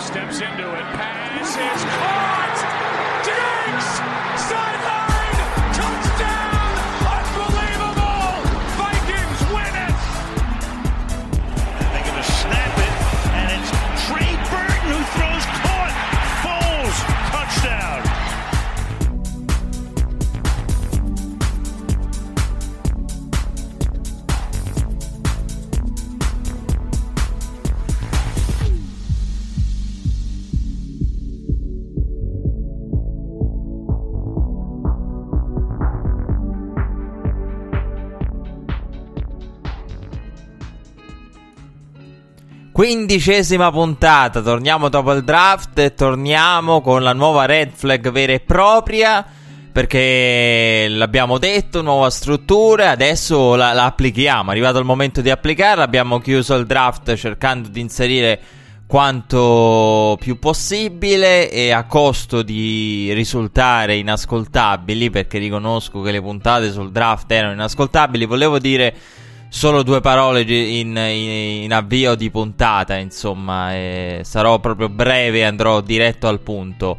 Steps into it. Pass is caught. Diggs! Sideline! Touchdown! Unbelievable! Vikings win it! And they're going to snap it, and it's Trey Burton who throws caught. Foles, touchdown. Quindicesima puntata, torniamo dopo il draft e torniamo con la nuova red flag vera e propria, perché l'abbiamo detto, nuova struttura, adesso la applichiamo, è arrivato il momento di applicarla, abbiamo chiuso il draft cercando di inserire quanto più possibile e a costo di risultare inascoltabili, perché riconosco che le puntate sul draft erano inascoltabili. Volevo dire solo due parole in avvio di puntata, insomma, sarò proprio breve e andrò diretto al punto.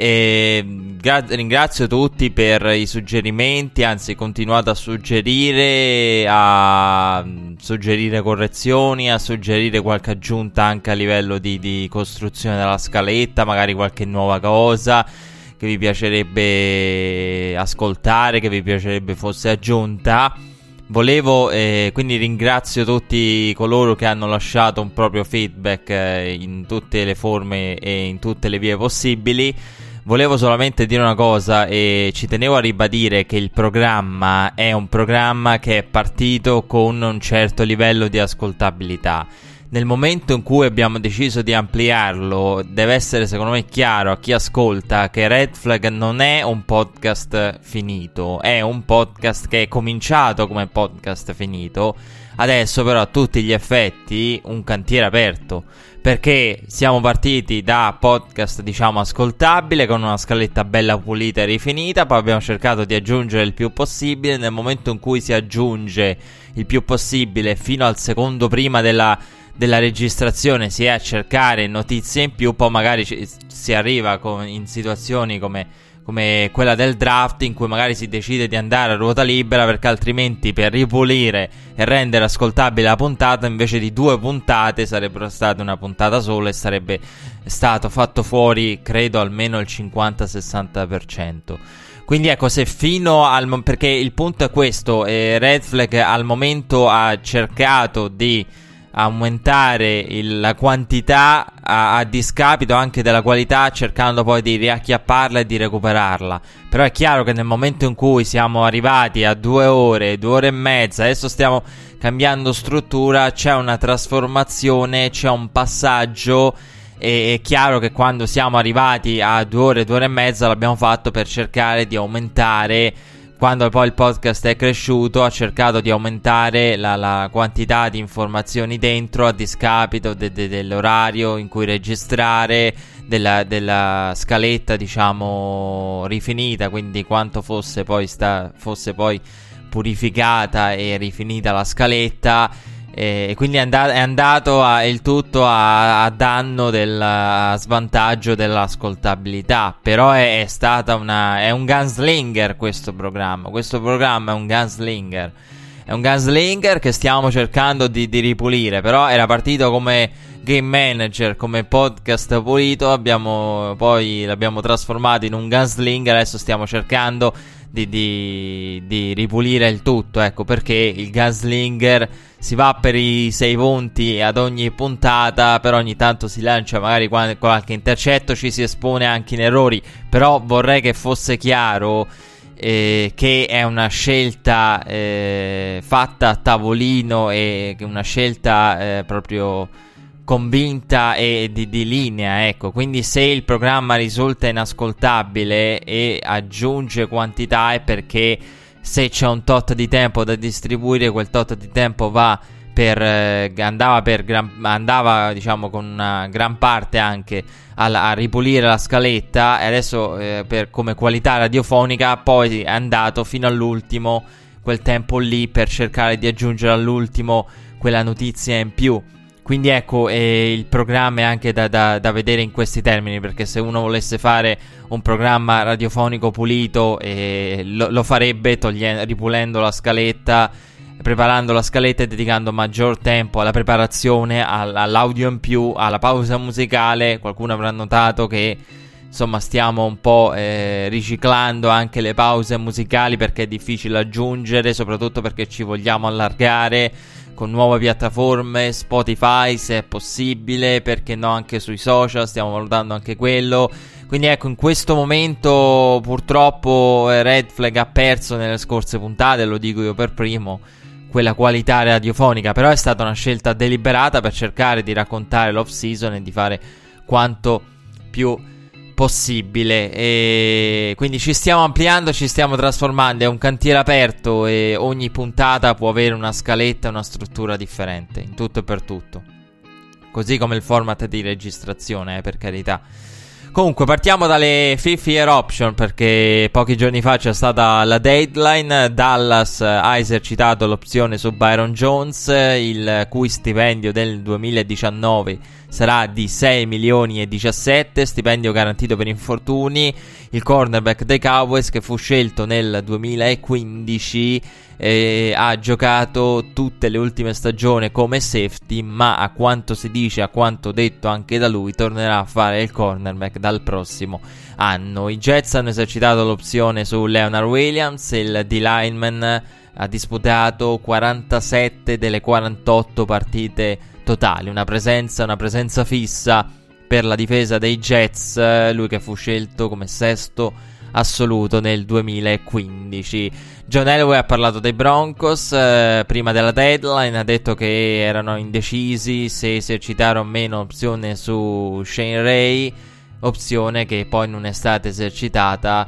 Ringrazio tutti per i suggerimenti, anzi continuate a suggerire correzioni, a suggerire qualche aggiunta anche a livello di costruzione della scaletta, magari qualche nuova cosa che vi piacerebbe ascoltare, che vi piacerebbe fosse aggiunta. Quindi ringrazio tutti coloro che hanno lasciato un proprio feedback in tutte le forme e in tutte le vie possibili. Volevo solamente dire una cosa e ci tenevo a ribadire che il programma è un programma che è partito con un certo livello di ascoltabilità. Nel momento in cui abbiamo deciso di ampliarlo, deve essere secondo me chiaro a chi ascolta che Red Flag non è un podcast finito, è un podcast che è cominciato come podcast finito, adesso però a tutti gli effetti un cantiere aperto, perché siamo partiti da podcast diciamo ascoltabile con una scaletta bella pulita e rifinita, poi abbiamo cercato di aggiungere il più possibile. Nel momento in cui si aggiunge il più possibile fino al secondo prima della registrazione si è a cercare notizie in più, poi magari si arriva in situazioni come quella del draft in cui magari si decide di andare a ruota libera, perché altrimenti per ripulire e rendere ascoltabile la puntata, invece di 2 puntate sarebbero state una puntata sola e sarebbe stato fatto fuori credo almeno il 50-60%. Quindi ecco, se perché il punto è questo, Red Flag al momento ha cercato di aumentare la quantità a discapito anche della qualità, cercando poi di riacchiapparla e di recuperarla. Però è chiaro che nel momento in cui siamo arrivati a 2 ore e mezza, adesso stiamo cambiando struttura, c'è una trasformazione, c'è un passaggio. E è chiaro che quando siamo arrivati a 2 ore e mezza l'abbiamo fatto per cercare di aumentare. Quando poi il podcast è cresciuto, ha cercato di aumentare la quantità di informazioni dentro a discapito dell'orario in cui registrare, della scaletta diciamo rifinita, quindi quanto fosse poi purificata e rifinita la scaletta. E quindi è andato il tutto a danno del svantaggio dell'ascoltabilità. Però è un gunslinger questo programma. Questo programma è un gunslinger. È un gunslinger che stiamo cercando di ripulire. Però era partito come game manager, come podcast pulito. L'abbiamo trasformato in un gunslinger. Adesso stiamo cercando di ripulire il tutto. Ecco perché il gunslinger si va per i 6 punti ad ogni puntata, però ogni tanto si lancia magari qualche intercetto, ci si espone anche in errori. Però vorrei che fosse chiaro che è una scelta fatta a tavolino e una scelta proprio convinta e di linea, ecco. Quindi se il programma risulta inascoltabile e aggiunge quantità è perché se c'è un tot di tempo da distribuire, quel tot di tempo andava diciamo con una gran parte anche a ripulire la scaletta, e adesso come qualità radiofonica poi è andato fino all'ultimo quel tempo lì per cercare di aggiungere all'ultimo quella notizia in più. Quindi ecco, il programma è anche da vedere in questi termini, perché se uno volesse fare un programma radiofonico pulito lo farebbe ripulendo la scaletta, preparando la scaletta e dedicando maggior tempo alla preparazione, all'audio in più, alla pausa musicale. Qualcuno avrà notato che insomma stiamo un po' riciclando anche le pause musicali, perché è difficile aggiungere, soprattutto perché ci vogliamo allargare con nuove piattaforme, Spotify se è possibile, perché no anche sui social, stiamo valutando anche quello. Quindi ecco, in questo momento purtroppo Red Flag ha perso nelle scorse puntate, lo dico io per primo, quella qualità radiofonica, però è stata una scelta deliberata per cercare di raccontare l'off season e di fare quanto più possibile. E quindi ci stiamo ampliando, ci stiamo trasformando, è un cantiere aperto e ogni puntata può avere una scaletta, una struttura differente in tutto e per tutto, così come il format di registrazione, per carità. Comunque partiamo dalle 50-year option, perché pochi giorni fa c'è stata la deadline. Dallas ha esercitato l'opzione su Byron Jones, il cui stipendio del 2019 sarà di 6 milioni e 17, stipendio garantito per infortuni. Il cornerback dei Cowboys, che fu scelto nel 2015, ha giocato tutte le ultime stagioni come safety, ma a quanto si dice, a quanto detto anche da lui, tornerà a fare il cornerback dal prossimo anno. I Jets hanno esercitato l'opzione su Leonard Williams, il D-lineman ha disputato 47 delle 48 partite totali, una presenza fissa per la difesa dei Jets, lui che fu scelto come sesto assoluto nel 2015. John Elway ha parlato dei Broncos prima della deadline, ha detto che erano indecisi se esercitare o meno opzione su Shane Ray, opzione che poi non è stata esercitata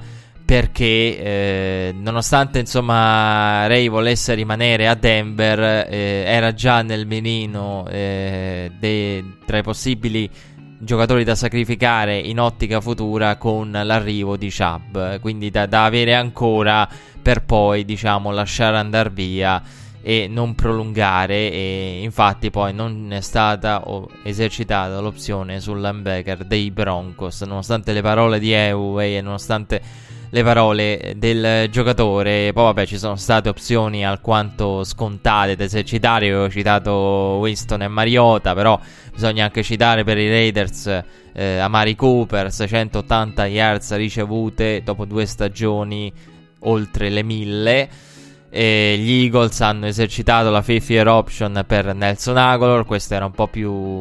perché nonostante insomma Ray volesse rimanere a Denver, era già nel mirino tra i possibili giocatori da sacrificare in ottica futura con l'arrivo di Chubb, quindi da avere ancora per poi diciamo lasciare andare via e non prolungare, e infatti poi non è stata esercitata l'opzione sul linebacker dei Broncos, nonostante le parole di Elway e nonostante le parole del giocatore. Poi vabbè, ci sono state opzioni alquanto scontate da esercitare. Io ho citato Winston e Mariota, però bisogna anche citare per i Raiders Amari Cooper, 680 yards ricevute dopo 2 stagioni oltre le 1000. Gli Eagles hanno esercitato la 50-year option per Nelson Agholor. Questa era un po'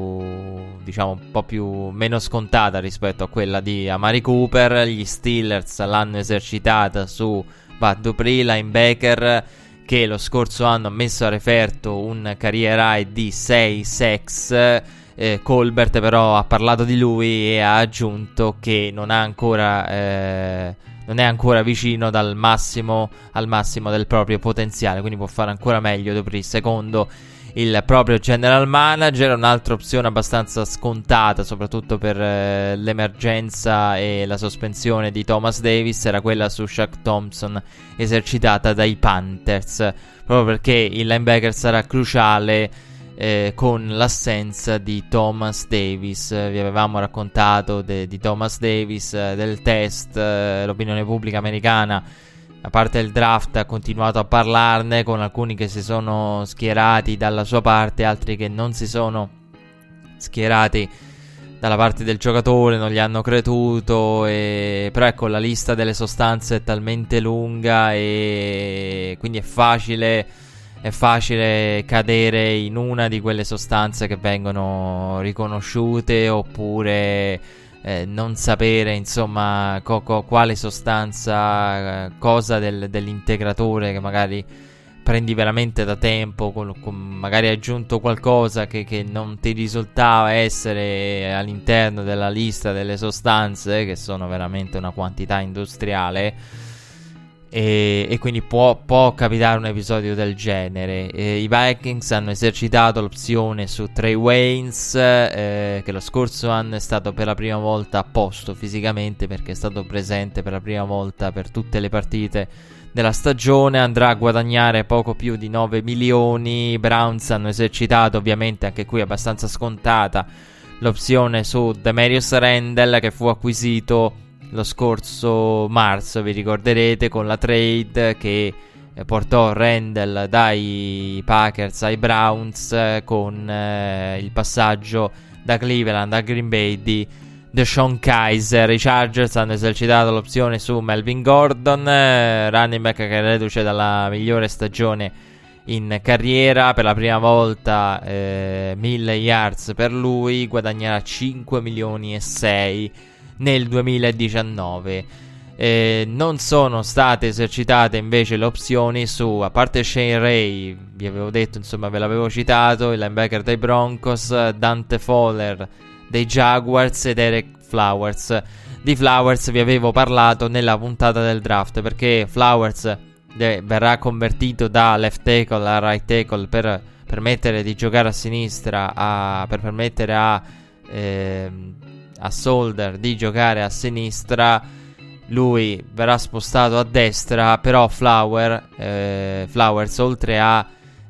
più meno scontata rispetto a quella di Amari Cooper. Gli Steelers l'hanno esercitata su Bud Dupree, linebacker, che lo scorso anno ha messo a referto un career high di 6 sacks. Colbert però ha parlato di lui e ha aggiunto che non è ancora vicino al massimo del proprio potenziale, quindi può fare ancora meglio Dupree, secondo il proprio general manager. Un'altra opzione abbastanza scontata, soprattutto per l'emergenza e la sospensione di Thomas Davis, era quella su Shaq Thompson, esercitata dai Panthers, proprio perché il linebacker sarà cruciale con l'assenza di Thomas Davis. Vi avevamo raccontato di Thomas Davis, del test, l'opinione pubblica americana, a parte il draft, ha continuato a parlarne, con alcuni che si sono schierati dalla sua parte, altri che non si sono schierati dalla parte del giocatore, non gli hanno creduto, però ecco, la lista delle sostanze è talmente lunga e quindi è facile cadere in una di quelle sostanze che vengono riconosciute, oppure non sapere insomma quale sostanza, cosa dell'integratore che magari prendi veramente da tempo, magari hai aggiunto qualcosa che non ti risultava essere all'interno della lista delle sostanze, che sono veramente una quantità industriale. e quindi può capitare un episodio del genere. I Vikings hanno esercitato l'opzione su Trae Waynes, che lo scorso anno è stato per la prima volta a posto fisicamente, perché è stato presente per la prima volta per tutte le partite della stagione. Andrà a guadagnare poco più di 9 milioni. I Browns hanno esercitato, ovviamente anche qui abbastanza scontata, l'opzione su Demarius Randall, che fu acquisito lo scorso marzo, vi ricorderete, con la trade che portò Randall dai Packers ai Browns, con il passaggio da Cleveland a Green Bay di DeShone Kizer. I Chargers hanno esercitato l'opzione su Melvin Gordon, running back che reduce dalla migliore stagione in carriera, per la prima volta 1000 yards per lui, guadagnerà 5 milioni e 6 nel 2019. Non sono state esercitate invece le opzioni su, a parte Shane Ray, vi avevo detto, insomma ve l'avevo citato, il linebacker dei Broncos, Dante Fowler dei Jaguars ed Eric Flowers. Di Flowers vi avevo parlato nella puntata del draft, perché Flowers verrà convertito da left tackle a right tackle per permettere di giocare a sinistra, per permettere a Solder di giocare a sinistra. Lui verrà spostato a destra, però Flowers, oltre a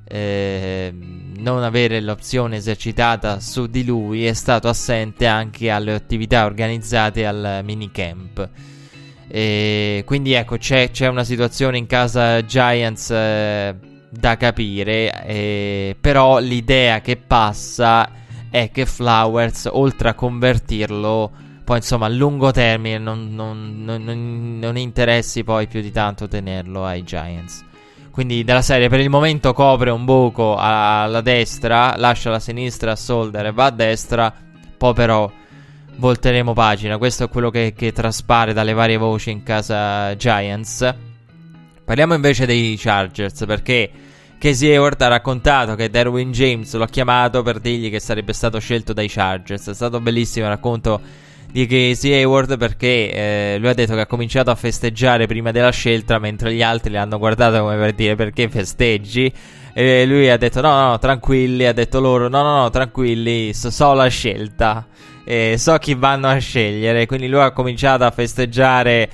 non avere l'opzione esercitata su di lui, è stato assente anche alle attività organizzate al minicamp. Quindi ecco, c'è una situazione in casa Giants da capire, però l'idea che passa è che Flowers, oltre a convertirlo, poi insomma a lungo termine non interessi poi più di tanto tenerlo ai Giants. Quindi della serie, per il momento copre un buco alla destra, lascia la sinistra a Solder e va a destra, poi però volteremo pagina. Questo è quello che traspare dalle varie voci in casa Giants. Parliamo invece dei Chargers, perché Casey Hayward ha raccontato che Derwin James lo ha chiamato per dirgli che sarebbe stato scelto dai Chargers. È stato bellissimo il racconto di Casey Hayward, perché lui ha detto che ha cominciato a festeggiare prima della scelta, mentre gli altri le hanno guardato come per dire: perché festeggi? E lui ha detto no, tranquilli. Ha detto loro no, tranquilli, so la scelta, so chi vanno a scegliere. Quindi lui ha cominciato a festeggiare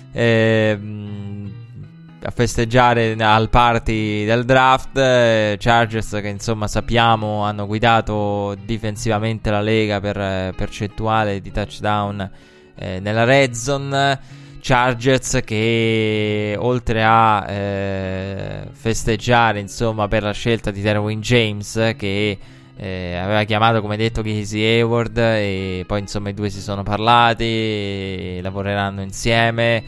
al party del draft. Chargers che insomma sappiamo hanno guidato difensivamente la lega per percentuale di touchdown nella red zone. Chargers che oltre a festeggiare insomma per la scelta di Derwin James, che aveva chiamato come detto Casey Hayward, e poi insomma i due si sono parlati e lavoreranno insieme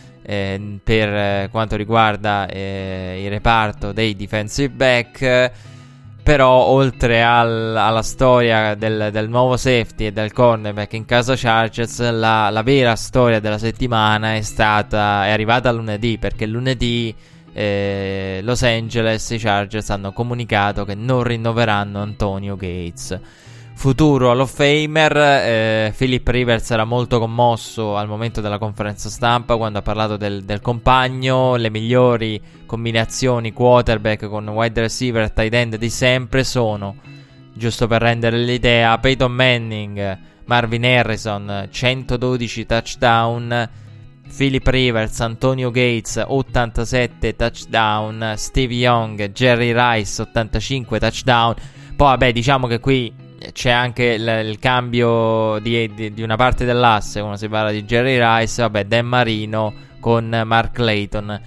per quanto riguarda il reparto dei defensive back. Però oltre alla storia del nuovo safety e del cornerback in casa Chargers, la vera storia della settimana è arrivata lunedì, perché lunedì Los Angeles, i Chargers hanno comunicato che non rinnoveranno Antonio Gates, futuro Hall of Famer. Philip Rivers era molto commosso al momento della conferenza stampa quando ha parlato del compagno. Le migliori combinazioni quarterback con wide receiver tight end di sempre sono, giusto per rendere l'idea, Peyton Manning, Marvin Harrison 112 touchdown, Philip Rivers, Antonio Gates 87 touchdown, Steve Young, Jerry Rice 85 touchdown. Poi vabbè, diciamo che qui c'è anche il cambio di una parte dell'asse quando si parla di Jerry Rice. Vabbè, Dan Marino con Mark Layton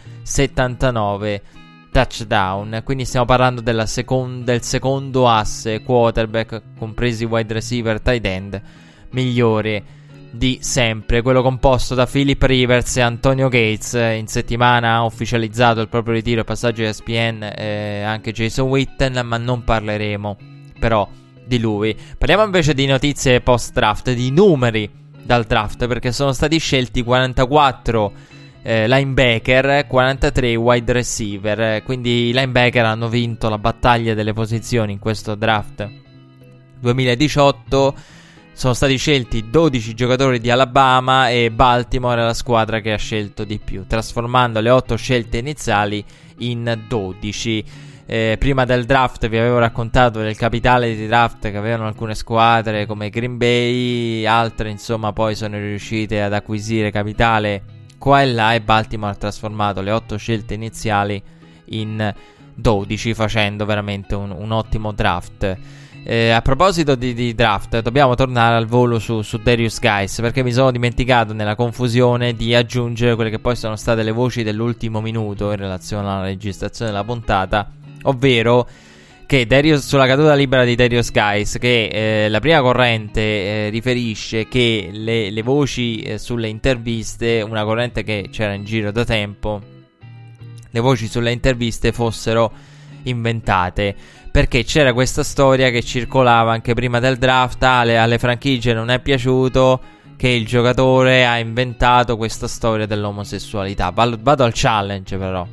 79 touchdown. Quindi stiamo parlando del secondo asse quarterback, compresi wide receiver, tight end, migliore di sempre, quello composto da Philip Rivers e Antonio Gates. In settimana ha ufficializzato il proprio ritiro e passaggio a ESPN anche Jason Witten, ma non parleremo però di lui. Parliamo invece di notizie post draft, di numeri dal draft, perché sono stati scelti 44 linebacker, 43 wide receiver. Quindi i linebacker hanno vinto la battaglia delle posizioni in questo draft 2018. sono stati scelti 12 giocatori di Alabama e Baltimore è la squadra che ha scelto di più, trasformando le 8 scelte iniziali in 12. Prima del draft vi avevo raccontato del capitale di draft che avevano alcune squadre come Green Bay, altre insomma poi sono riuscite ad acquisire capitale qua e là, e Baltimore ha trasformato le 8 scelte iniziali in 12, facendo veramente un ottimo draft. A proposito di draft, dobbiamo tornare al volo su Derrius Guice, perché mi sono dimenticato nella confusione di aggiungere quelle che poi sono state le voci dell'ultimo minuto in relazione alla registrazione della puntata, ovvero che sulla caduta libera di Derrius Guice, che la prima corrente riferisce che le voci sulle interviste, una corrente che c'era in giro da tempo, le voci sulle interviste fossero inventate, perché c'era questa storia che circolava anche prima del draft. Alle franchigie non è piaciuto che il giocatore ha inventato questa storia dell'omosessualità. Vado al challenge, però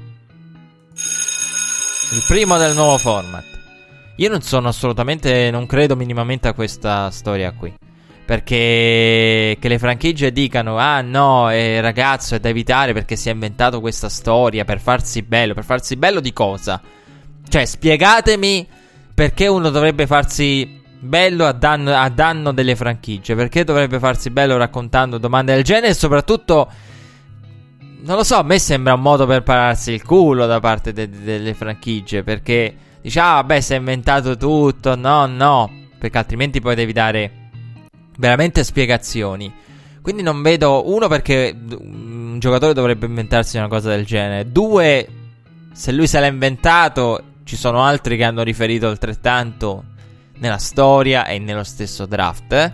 il primo del nuovo format. Io non credo minimamente a questa storia qui, perché che le franchigie dicano ah no, ragazzo, è da evitare perché si è inventato questa storia per farsi bello di cosa? Cioè, spiegatemi perché uno dovrebbe farsi bello a danno delle franchigie. Perché dovrebbe farsi bello raccontando domande del genere? E soprattutto, non lo so, a me sembra un modo per pararsi il culo da parte delle franchigie, perché dice ah vabbè, si è inventato tutto. No, perché altrimenti poi devi dare veramente spiegazioni. Quindi non vedo, uno, perché un giocatore dovrebbe inventarsi una cosa del genere. Due, se lui se l'ha inventato, ci sono altri che hanno riferito altrettanto nella storia e nello stesso draft.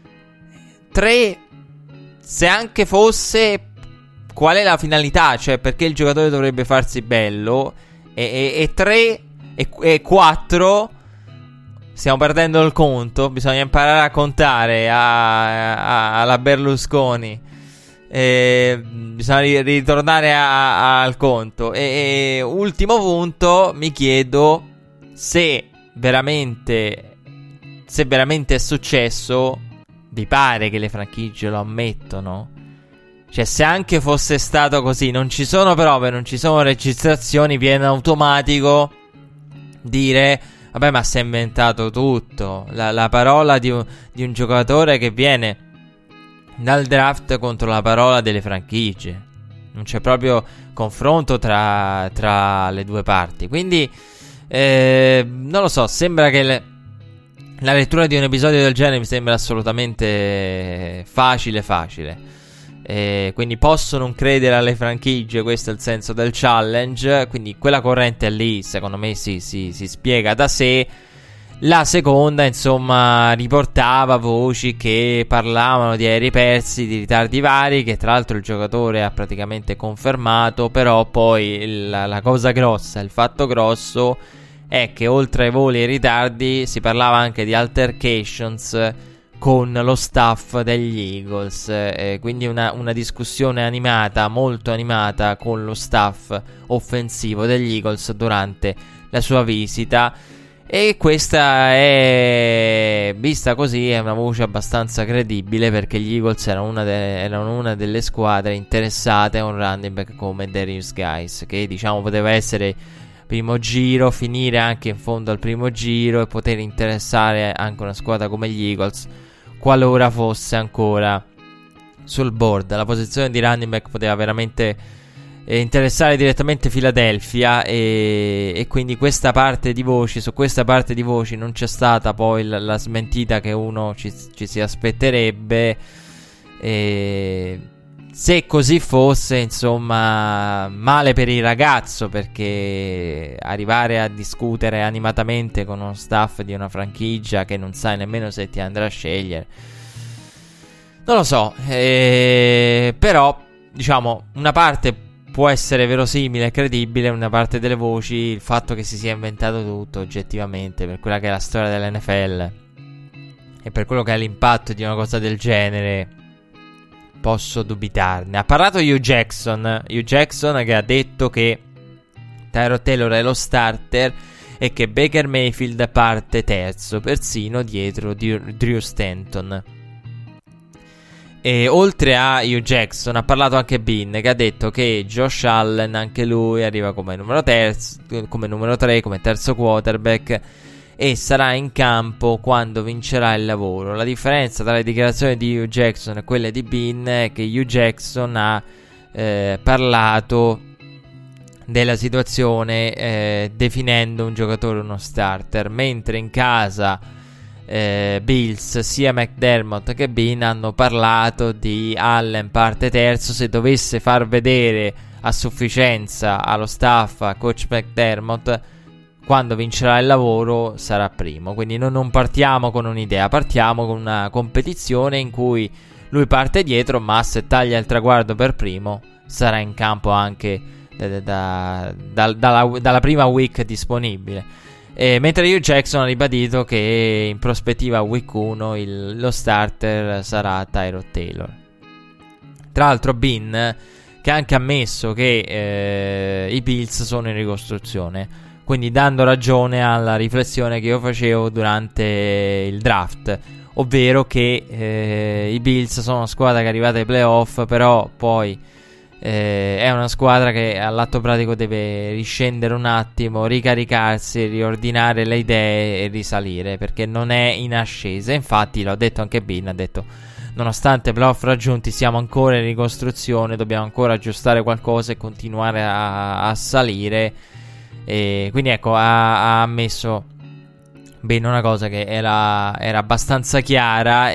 3, se anche fosse, qual è la finalità? Cioè, perché il giocatore dovrebbe farsi bello? E 3 e 4, stiamo perdendo il conto. Bisogna imparare a contare alla Berlusconi. Bisogna ritornare al conto. E ultimo punto, mi chiedo se veramente è successo. Vi pare che le franchigie lo ammettono? Cioè, se anche fosse stato così, non ci sono prove, non ci sono registrazioni, viene automatico dire vabbè, ma si è inventato tutto. La parola di un giocatore che viene dal draft contro la parola delle franchigie. Non c'è proprio confronto tra le due parti. Quindi non lo so, sembra che la lettura di un episodio del genere mi sembra assolutamente facile. Quindi posso non credere alle franchigie, questo è il senso del challenge. Quindi quella corrente lì secondo me si spiega da sé. La seconda, insomma, riportava voci che parlavano di aerei persi, di ritardi vari, che tra l'altro il giocatore ha praticamente confermato. Però poi la cosa grossa, il fatto grosso è che oltre ai voli e ai ritardi si parlava anche di altercations con lo staff degli Eagles, quindi una discussione animata, molto animata, con lo staff offensivo degli Eagles durante la sua visita. E questa è, vista così, è una voce abbastanza credibile, perché gli Eagles erano una delle squadre interessate a un running back come Derrius Guice, che diciamo poteva essere primo giro, finire anche in fondo al primo giro e poter interessare anche una squadra come gli Eagles qualora fosse ancora sul board. La posizione di running back poteva veramente interessare direttamente Philadelphia, e quindi su questa parte di voci non c'è stata poi la smentita che uno ci si aspetterebbe. Se così fosse, insomma, male per il ragazzo, perché arrivare a discutere animatamente con uno staff di una franchigia che non sai nemmeno se ti andrà a scegliere, non lo so. Però, diciamo, una parte può essere verosimile e credibile, una parte delle voci, il fatto che si sia inventato tutto oggettivamente per quella che è la storia dell'NFL e per quello che è l'impatto di una cosa del genere, posso dubitarne. Ha parlato Hugh Jackson che ha detto che Tyrod Taylor è lo starter è che Baker Mayfield parte terzo, persino dietro Drew Stanton. E oltre a Hugh Jackson ha parlato anche Bean, che ha detto che Josh Allen anche lui arriva come numero 3, come terzo quarterback, e sarà in campo quando vincerà il lavoro. La differenza tra le dichiarazioni di Hugh Jackson e quelle di Bean è che Hugh Jackson ha parlato della situazione definendo un giocatore uno starter, mentre in casa Bills, sia McDermott che Bean hanno parlato di Allen parte terzo. Se dovesse far vedere a sufficienza allo staff, a coach McDermott, quando vincerà il lavoro sarà primo. Quindi non partiamo con un'idea, partiamo con una competizione in cui lui parte dietro, ma se taglia il traguardo per primo sarà in campo anche dalla prima week disponibile. Mentre Hugh Jackson ha ribadito che in prospettiva week 1 lo starter sarà Tyrod Taylor. Tra l'altro Bean, che ha anche ammesso che i Bills sono in ricostruzione, quindi dando ragione alla riflessione che io facevo durante il draft, ovvero che i Bills sono una squadra che è arrivata ai playoff, però poi è una squadra che all'atto pratico deve riscendere un attimo, ricaricarsi, riordinare le idee e risalire, perché non è in ascesa. Infatti l'ho detto anche Bean, ha detto nonostante playoff raggiunti siamo ancora in ricostruzione, dobbiamo ancora aggiustare qualcosa e continuare a salire. E quindi ecco, ha ammesso bene una cosa che era abbastanza chiara,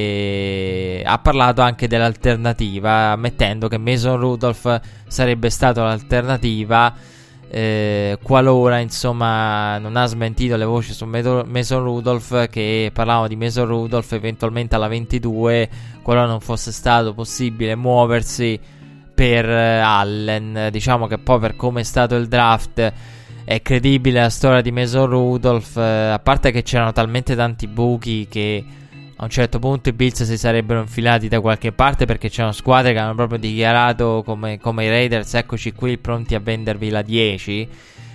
e ha parlato anche dell'alternativa, ammettendo che Mason Rudolph sarebbe stato l'alternativa qualora, insomma, non ha smentito le voci su Mason Rudolph, che parlavano di Mason Rudolph eventualmente alla 22 qualora non fosse stato possibile muoversi per Allen. Diciamo che poi, per come è stato il draft, è credibile la storia di Mason Rudolph, a parte che c'erano talmente tanti buchi che a un certo punto i Bills si sarebbero infilati da qualche parte, perché c'erano squadre che hanno proprio dichiarato come i Raiders: eccoci qui pronti a vendervi la 10,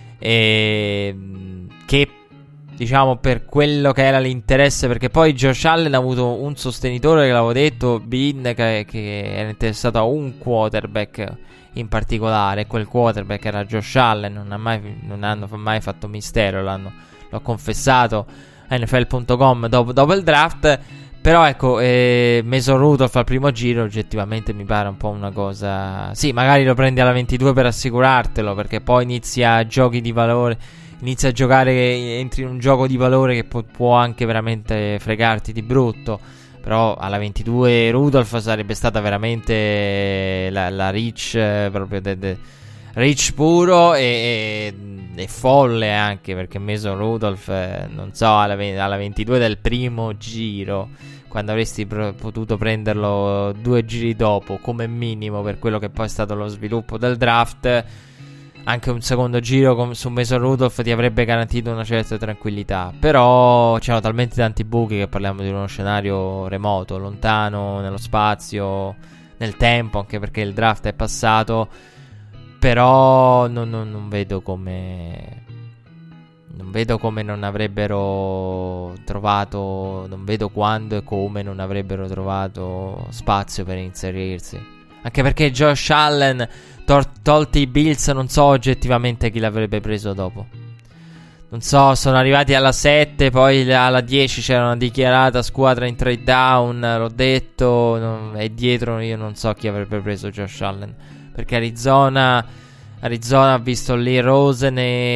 e che, diciamo, per quello che era l'interesse, perché poi Josh Allen ha avuto un sostenitore, che l'avevo detto, Bean, che era interessato a un quarterback in particolare. Quel quarterback era Josh Allen, non hanno mai fatto mistero, l'ho confessato a NFL.com dopo il draft. Però ecco, Mason Rudolph al primo giro oggettivamente mi pare un po' una cosa, sì, magari lo prendi alla 22 per assicurartelo, perché poi inizia giochi di valore, inizia a giocare, entri in un gioco di valore che può anche veramente fregarti di brutto. Però alla 22 Rudolph sarebbe stata veramente la reach, proprio reach puro, e folle anche, perché Mason Rudolph, non so, alla 22 del primo giro, quando avresti potuto prenderlo 2 giri dopo come minimo, per quello che poi è stato lo sviluppo del draft, anche un secondo giro su Mason Rudolph ti avrebbe garantito una certa tranquillità. Però c'erano talmente tanti buchi, che parliamo di uno scenario remoto, lontano nello spazio, nel tempo, anche perché il draft è passato. Però non vedo come non avrebbero trovato, non vedo quando e come non avrebbero trovato spazio per inserirsi. Anche perché Josh Allen, tolti i Bills, non so oggettivamente chi l'avrebbe preso dopo. Non so, sono arrivati alla 7, poi alla 10 c'era una dichiarata squadra in trade down, l'ho detto, e dietro io non so chi avrebbe preso Josh Allen, perché Arizona ha visto lì Rosen,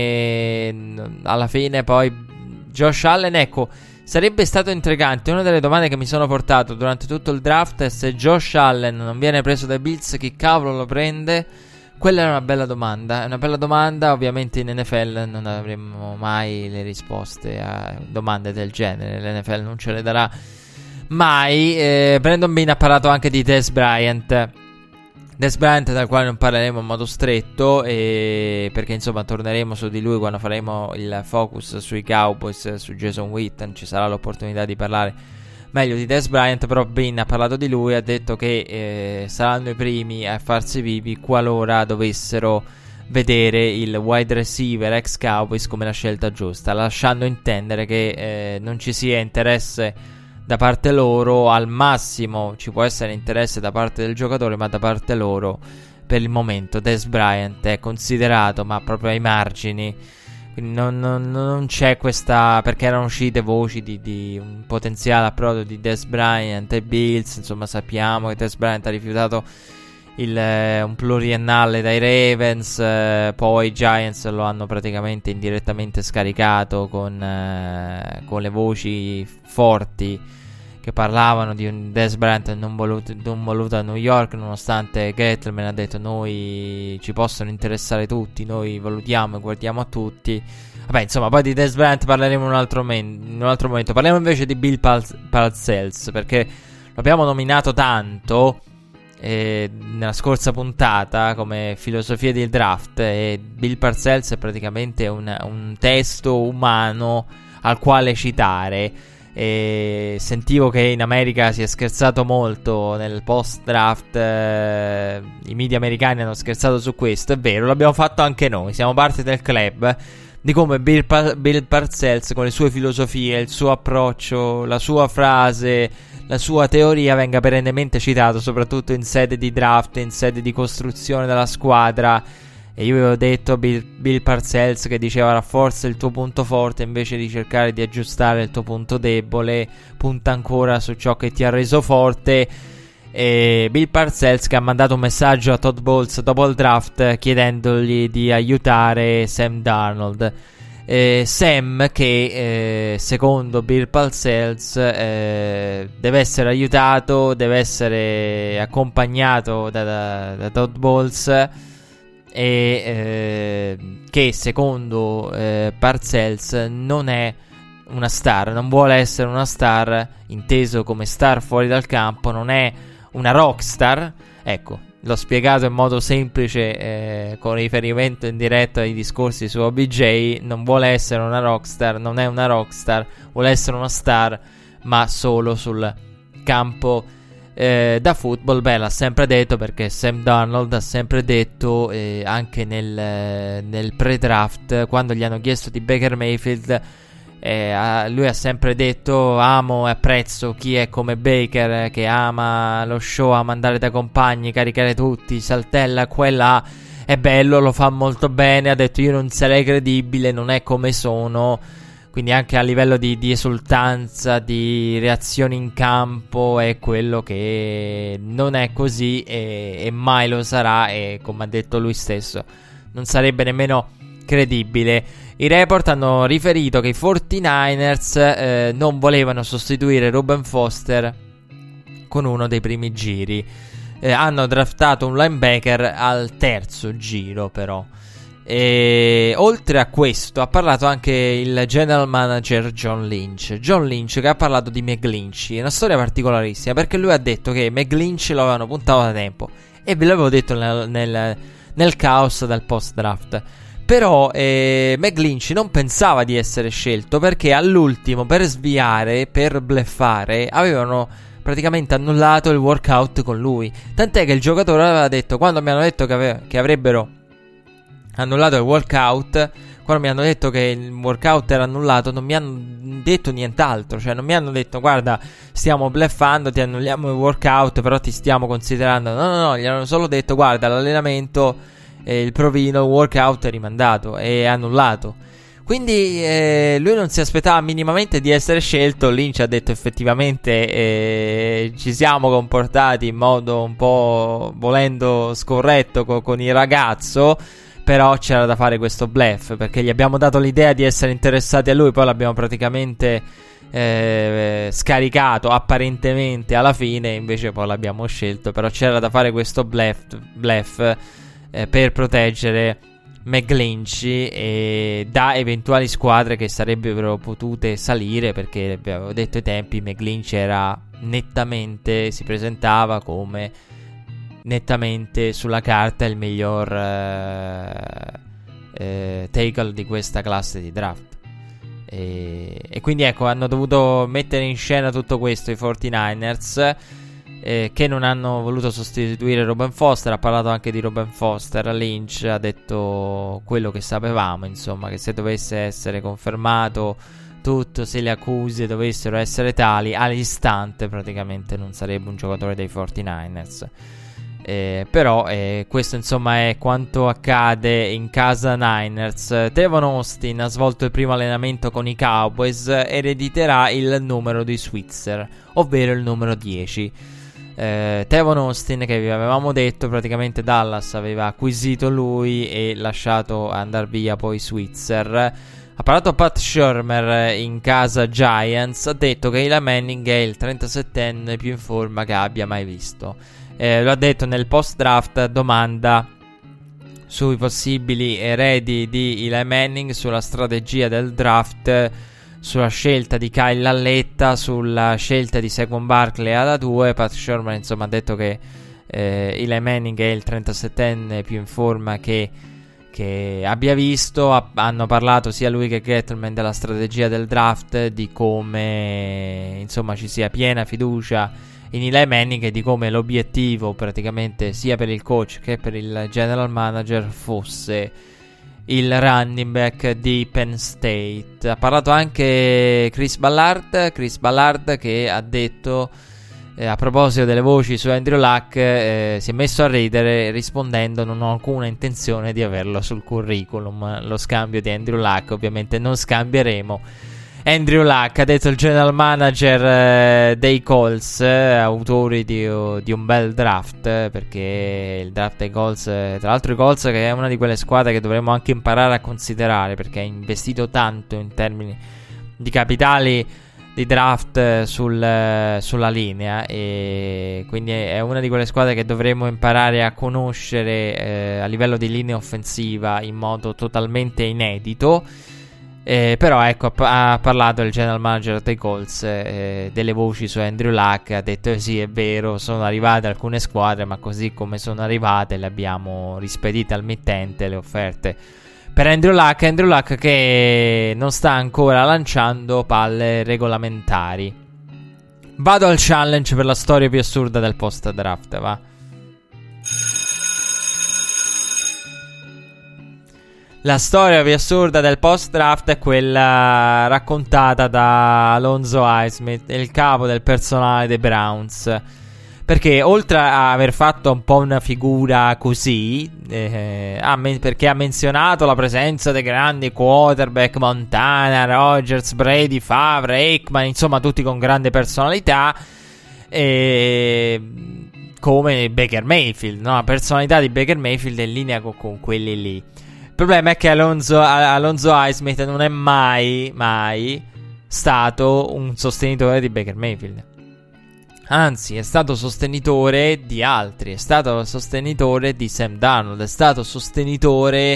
e alla fine poi Josh Allen, ecco, sarebbe stato intrigante. Una delle domande che mi sono portato durante tutto il draft è: se Josh Allen non viene preso dai Bills, chi cavolo lo prende? Quella è una bella domanda. È una bella domanda. Ovviamente in NFL non avremo mai le risposte a domande del genere. L'NFL non ce le darà mai. Brandon Bean ha parlato anche di Dez Bryant, dal quale non parleremo in modo stretto, perché insomma torneremo su di lui quando faremo il focus sui Cowboys, su Jason Witten. Ci sarà l'opportunità di parlare meglio di Dez Bryant. Però Bean ha parlato di lui, ha detto che saranno i primi a farsi vivi qualora dovessero vedere il wide receiver ex Cowboys come la scelta giusta, lasciando intendere che non ci sia interesse da parte loro. Al massimo ci può essere interesse da parte del giocatore, ma da parte loro per il momento Dez Bryant è considerato, ma proprio ai margini. Quindi non c'è questa, perché erano uscite voci di un potenziale approdo di Dez Bryant ai Bills. Insomma, sappiamo che Dez Bryant ha rifiutato un pluriennale dai Ravens, poi i Giants lo hanno praticamente indirettamente scaricato con le voci forti che parlavano di un Dez Bryant non voluto a New York, nonostante Gettleman ha detto noi ci possono interessare tutti, noi valutiamo e guardiamo a tutti. Vabbè, insomma, poi di Dez Bryant parleremo in un altro momento. Parliamo invece di Bill Parcells, perché l'abbiamo nominato tanto nella scorsa puntata come filosofia del draft, e Bill Parcells è praticamente un testo umano al quale citare. E sentivo che in America si è scherzato molto nel post draft, i media americani hanno scherzato su questo. È vero, l'abbiamo fatto anche noi, siamo parte del club di come Bill Parcells, con le sue filosofie, il suo approccio, la sua frase, la sua teoria venga perennemente citato, soprattutto in sede di draft, in sede di costruzione della squadra. E io avevo detto a Bill Parcells che diceva: rafforza il tuo punto forte invece di cercare di aggiustare il tuo punto debole, punta ancora su ciò che ti ha reso forte. E Bill Parcells che ha mandato un messaggio a Todd Bowles dopo il draft chiedendogli di aiutare Sam Darnold. Sam che secondo Bill Parcells deve essere aiutato, deve essere accompagnato da Todd Bowles, e che secondo Parcells non è una star, non vuole essere una star, inteso come star fuori dal campo, non è una rockstar. Ecco, l'ho spiegato in modo semplice con riferimento in diretto ai discorsi su OBJ. Non vuole essere una rockstar, non è una rockstar, vuole essere una star, ma solo sul campo da football. Beh, l'ha sempre detto, perché Sam Darnold ha sempre detto, anche nel pre-draft, quando gli hanno chiesto di Baker Mayfield, lui ha sempre detto: amo e apprezzo chi è come Baker, che ama lo show, ama andare dai compagni, caricare tutti, saltella quella, è bello, lo fa molto bene. Ha detto: io non sarei credibile, non è come sono. Quindi anche a livello di esultanza, di reazioni in campo, è quello che non è così e mai lo sarà, e come ha detto lui stesso non sarebbe nemmeno credibile. I report hanno riferito che i 49ers non volevano sostituire Reuben Foster con uno dei primi giri. Hanno draftato un linebacker al terzo giro, però. E oltre a questo ha parlato anche il general manager John Lynch che ha parlato di McGlinchey. È una storia particolarissima, perché lui ha detto che McGlinchey lo avevano puntato da tempo, e ve l'avevo detto nel caos del post draft. Però McGlinchey non pensava di essere scelto, perché all'ultimo, per sviare, per bluffare, avevano praticamente annullato il workout con lui. Tant'è che il giocatore aveva detto, quando mi hanno detto che avrebbero annullato il workout, quando mi hanno detto che il workout era annullato, non mi hanno detto nient'altro. Cioè non mi hanno detto: guarda, stiamo bluffando, ti annulliamo il workout, però ti stiamo considerando. No, gli hanno solo detto: guarda, l'allenamento, il provino, il workout è rimandato, è annullato. Quindi lui non si aspettava minimamente di essere scelto. Lynch ha detto: effettivamente ci siamo comportati in modo un po', volendo, scorretto con il ragazzo, però c'era da fare questo bluff, perché gli abbiamo dato l'idea di essere interessati a lui, poi l'abbiamo praticamente scaricato apparentemente alla fine, invece poi l'abbiamo scelto. Però c'era da fare questo bluff per proteggere McGlinchey da eventuali squadre che sarebbero potute salire, perché abbiamo detto ai tempi McGlinchey era nettamente, si presentava come nettamente sulla carta il miglior tackle di questa classe di draft, e quindi ecco, hanno dovuto mettere in scena tutto questo i 49ers. che non hanno voluto sostituire Robin Foster. Ha parlato anche di Robin Foster. Lynch ha detto quello che sapevamo, insomma, che se dovesse essere confermato tutto, se le accuse dovessero essere tali, all'istante praticamente non sarebbe un giocatore dei 49ers. Però questo insomma è quanto accade in casa Niners. Tavon Austin ha svolto il primo allenamento con i Cowboys, erediterà il numero di Switzer, ovvero il numero 10. Tavon Austin, che vi avevamo detto, praticamente Dallas aveva acquisito lui e lasciato andare via poi Switzer. Ha parlato Pat Shurmur in casa Giants, ha detto che Eli Manning è il 37enne più in forma che abbia mai visto. Lo ha detto nel post draft, domanda sui possibili eredi di Eli Manning, sulla strategia del draft, sulla scelta di Kyle Lalletta, sulla scelta di Saquon Barkley alla 2. Pat Shurmur insomma ha detto che Eli Manning è il 37enne più in forma che abbia visto. Hanno parlato sia lui che Gettleman della strategia del draft, di come insomma ci sia piena fiducia in Eli Manning e di come l'obiettivo praticamente sia per il coach che per il general manager fosse il running back di Penn State. Ha parlato anche Chris Ballard che ha detto a proposito delle voci su Andrew Luck, si è messo a ridere rispondendo: non ho alcuna intenzione di averlo sul curriculum, lo scambio di Andrew Luck. Ovviamente non scambieremo Andrew Luck, ha detto il general manager dei Colts, autori di un bel draft, perché il draft dei Colts, tra l'altro i Colts, che è una di quelle squadre che dovremmo anche imparare a considerare, perché ha investito tanto in termini di capitali di draft sulla linea, e quindi è una di quelle squadre che dovremmo imparare a conoscere a livello di linea offensiva in modo totalmente inedito. Però ecco, ha parlato il general manager dei Colts delle voci su Andrew Luck. Ha detto sì, è vero, sono arrivate alcune squadre, ma così come sono arrivate le abbiamo rispedite al mittente le offerte per Andrew Luck che non sta ancora lanciando palle regolamentari. Vado al challenge per la storia più assurda del post draft, va. La storia più assurda del post-draft è quella raccontata da Alonzo Highsmith, il capo del personale dei Browns. Perché oltre a aver fatto un po' una figura così, perché ha menzionato la presenza dei grandi quarterback Montana, Rodgers, Brady, Favre, Aikman, insomma tutti con grande personalità, come Baker Mayfield, no? La personalità di Baker Mayfield è in linea con quelli lì. Il problema è che Alonzo Highsmith non è mai stato un sostenitore di Baker Mayfield. Anzi, è stato sostenitore di altri. È stato sostenitore di Sam Darnold. È stato sostenitore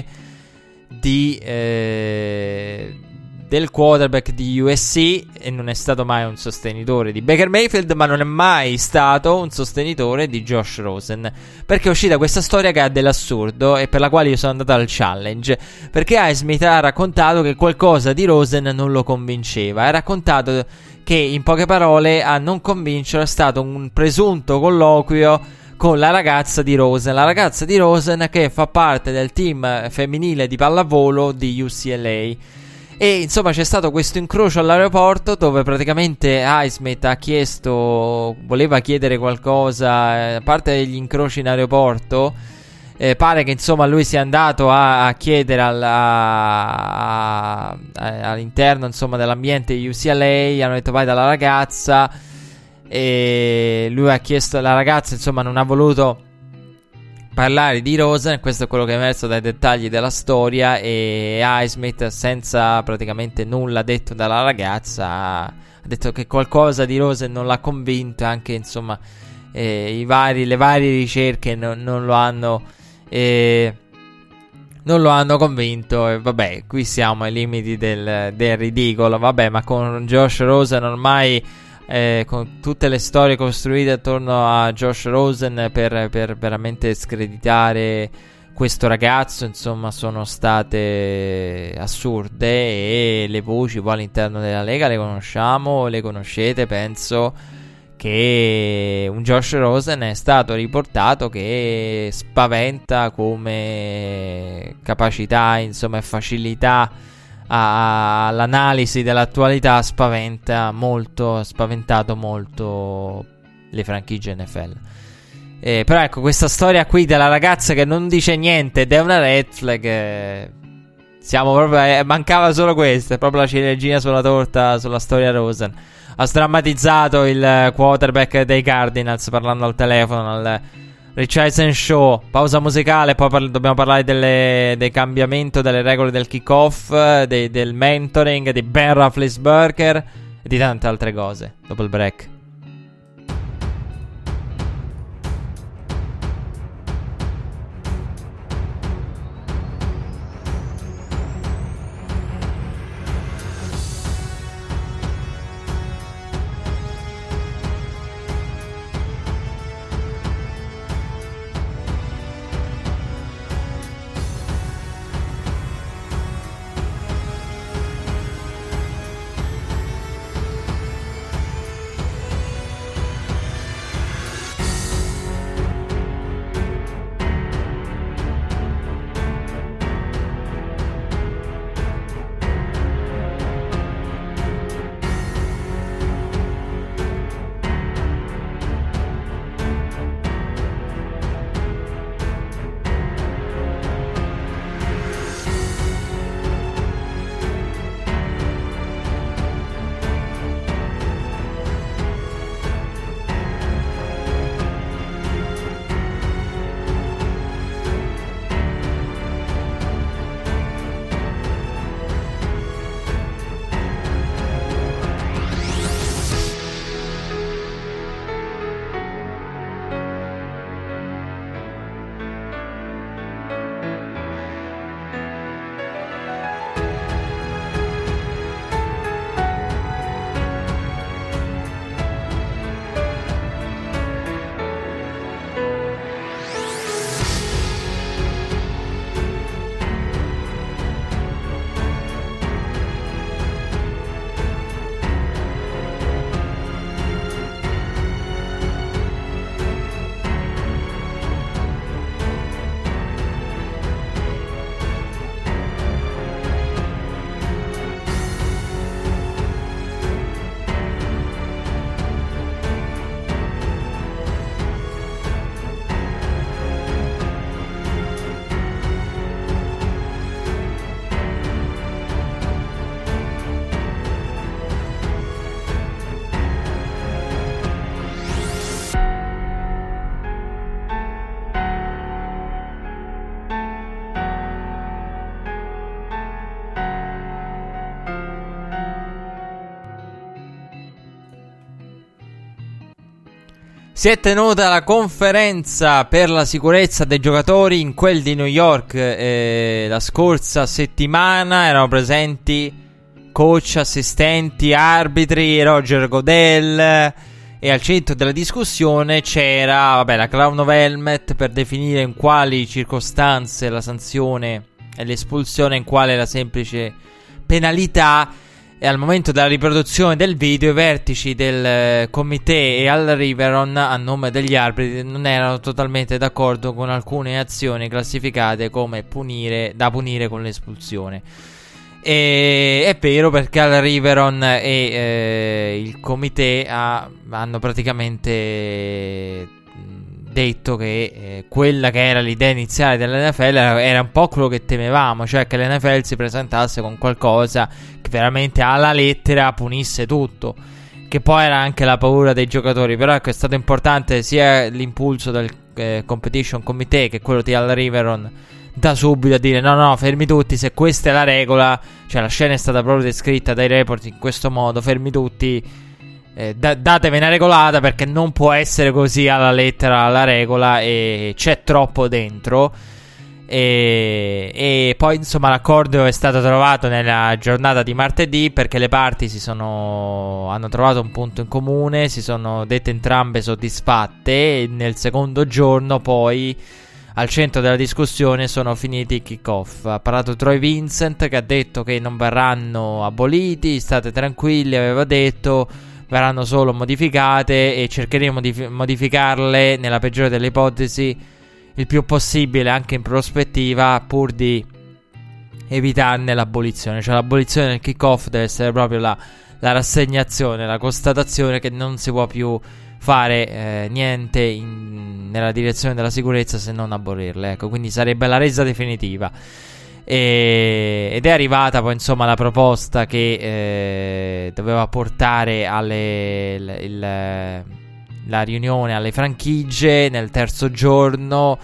del quarterback di USC, e non è stato mai un sostenitore di Baker Mayfield, ma non è mai stato un sostenitore di Josh Rosen, perché è uscita questa storia che ha dell'assurdo e per la quale io sono andato al challenge, perché Highsmith ha raccontato che qualcosa di Rosen non lo convinceva. Ha raccontato che, in poche parole, a non convincerlo è stato un presunto colloquio con la ragazza di Rosen che fa parte del team femminile di pallavolo di UCLA. E insomma c'è stato questo incrocio all'aeroporto dove praticamente Highsmith voleva chiedere qualcosa, a parte degli incroci in aeroporto. Pare che insomma lui sia andato a chiedere all'interno insomma dell'ambiente di UCLA. Hanno detto vai dalla ragazza, e lui ha chiesto, la ragazza insomma non ha voluto parlare di Rosen. Questo è quello che è emerso dai dettagli della storia, e Highsmith, senza praticamente nulla detto dalla ragazza, ha detto che qualcosa di Rosen non l'ha convinto. Anche insomma le varie ricerche non lo hanno convinto. E vabbè, qui siamo ai limiti del ridicolo. Vabbè, ma con Josh Rosen ormai, con tutte le storie costruite attorno a Josh Rosen per veramente screditare questo ragazzo, insomma, sono state assurde. E le voci poi all'interno della Lega le conosciamo, le conoscete, penso, che un Josh Rosen è stato riportato che spaventa come capacità, insomma, e facilità all'analisi dell'attualità, spaventato molto le franchigie NFL. Però ecco, questa storia qui della ragazza che non dice niente ed è una red flag, siamo proprio, mancava solo questo, è proprio la ciliegina sulla torta sulla storia Rosen. Ha sdrammatizzato il quarterback dei Cardinals parlando al telefono al Rich Eisen Show. Pausa musicale, poi dobbiamo parlare del cambiamento delle regole del kickoff, del mentoring di Ben Roethlisberger e di tante altre cose dopo il break. Si è tenuta la conferenza per la sicurezza dei giocatori in quel di New York la scorsa settimana. Erano presenti coach, assistenti, arbitri, Roger Goodell, e al centro della discussione c'era la clown of helmet per definire in quali circostanze la sanzione e l'espulsione, in quale la semplice penalità. E al momento della riproduzione del video i vertici del comité e Al Riveron, a nome degli arbitri, non erano totalmente d'accordo con alcune azioni classificate come da punire con l'espulsione. E è vero, perché Al Riveron e il comité hanno praticamente detto che quella che era l'idea iniziale dell'NFL era un po' quello che temevamo, cioè che l'NFL si presentasse con qualcosa che veramente alla lettera punisse tutto, che poi era anche la paura dei giocatori. Però ecco, è stato importante sia l'impulso del Competition Committee che quello di Al Riveron da subito a dire no, fermi tutti, se questa è la regola, cioè la scena è stata proprio descritta dai report in questo modo, fermi tutti, datevi una regolata, perché non può essere così alla lettera la regola e c'è troppo dentro. E poi insomma l'accordo è stato trovato nella giornata di martedì, perché le parti hanno trovato un punto in comune, si sono dette entrambe soddisfatte, e nel secondo giorno poi al centro della discussione sono finiti i kick-off. Ha parlato Troy Vincent, che ha detto che non verranno aboliti, state tranquilli, aveva detto, verranno solo modificate e cercheremo di modificarle nella peggiore delle ipotesi il più possibile anche in prospettiva, pur di evitarne l'abolizione. Cioè l'abolizione del kickoff deve essere proprio la rassegnazione, la constatazione che non si può più fare niente nella direzione della sicurezza se non abolirle, ecco. Quindi sarebbe la resa definitiva. Ed è arrivata poi insomma la proposta che doveva portare la riunione alle franchigie nel terzo giorno.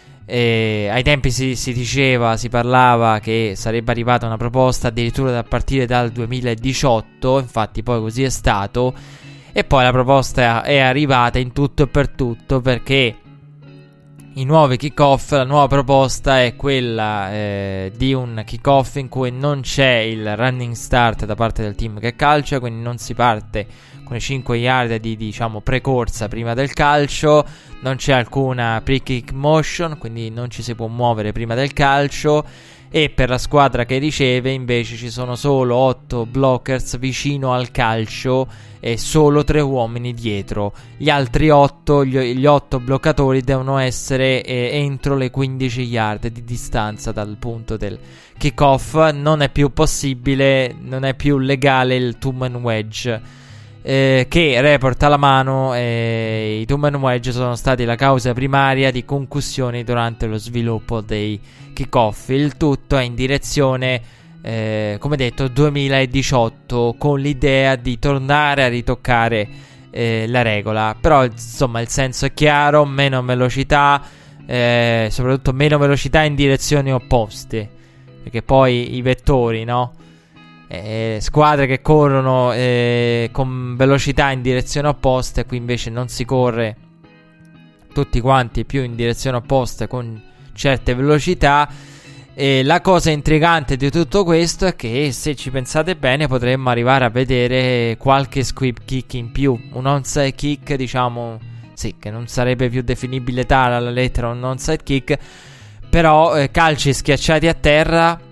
Ai tempi si parlava che sarebbe arrivata una proposta addirittura a partire dal 2018, infatti poi così è stato, e poi la proposta è arrivata in tutto e per tutto, perché i nuovi kickoff, la nuova proposta è quella di un kickoff in cui non c'è il running start da parte del team che calcia, quindi non si parte con i 5 yard di diciamo precorsa prima del calcio, non c'è alcuna pre-kick motion, quindi non ci si può muovere prima del calcio, e per la squadra che riceve invece ci sono solo 8 blockers vicino al calcio e solo 3 uomini dietro. Gli altri 8, gli 8 bloccatori devono essere entro le 15 yard di distanza dal punto del kickoff. Non è più possibile, non è più legale il two-man wedge, che report alla mano i two-man wedge sono stati la causa primaria di concussioni durante lo sviluppo dei kickoff. Il tutto è in direzione come detto 2018, con l'idea di tornare a ritoccare la regola. Però insomma il senso è chiaro: meno velocità, soprattutto meno velocità in direzioni opposte, perché poi i vettori, no? Squadre che corrono con velocità in direzione opposta, qui invece non si corre tutti quanti più in direzione opposta con certe velocità. La cosa intrigante di tutto questo è che, se ci pensate bene, potremmo arrivare a vedere qualche squib kick in più, un onside kick, diciamo, sì, che non sarebbe più definibile tale alla lettera un onside kick, però calci schiacciati a terra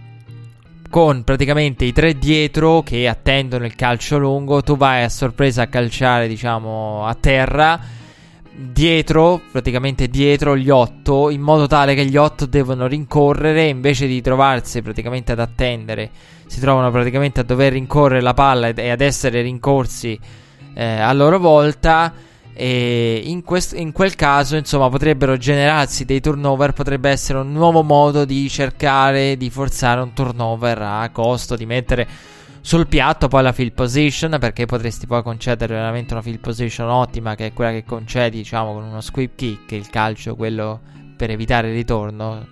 con praticamente i 3 dietro che attendono il calcio lungo. Tu vai a sorpresa a calciare, diciamo, a terra, dietro, praticamente dietro gli 8, in modo tale che gli 8 devono rincorrere, invece di trovarsi praticamente ad attendere, si trovano praticamente a dover rincorrere la palla e ad essere rincorsi a loro volta. E in quel caso, insomma, potrebbero generarsi dei turnover. Potrebbe essere un nuovo modo di cercare di forzare un turnover a costo di mettere sul piatto poi la field position, perché potresti poi concedere veramente una field position ottima, che è quella che concedi, diciamo, con uno squib kick, il calcio, quello per evitare il ritorno,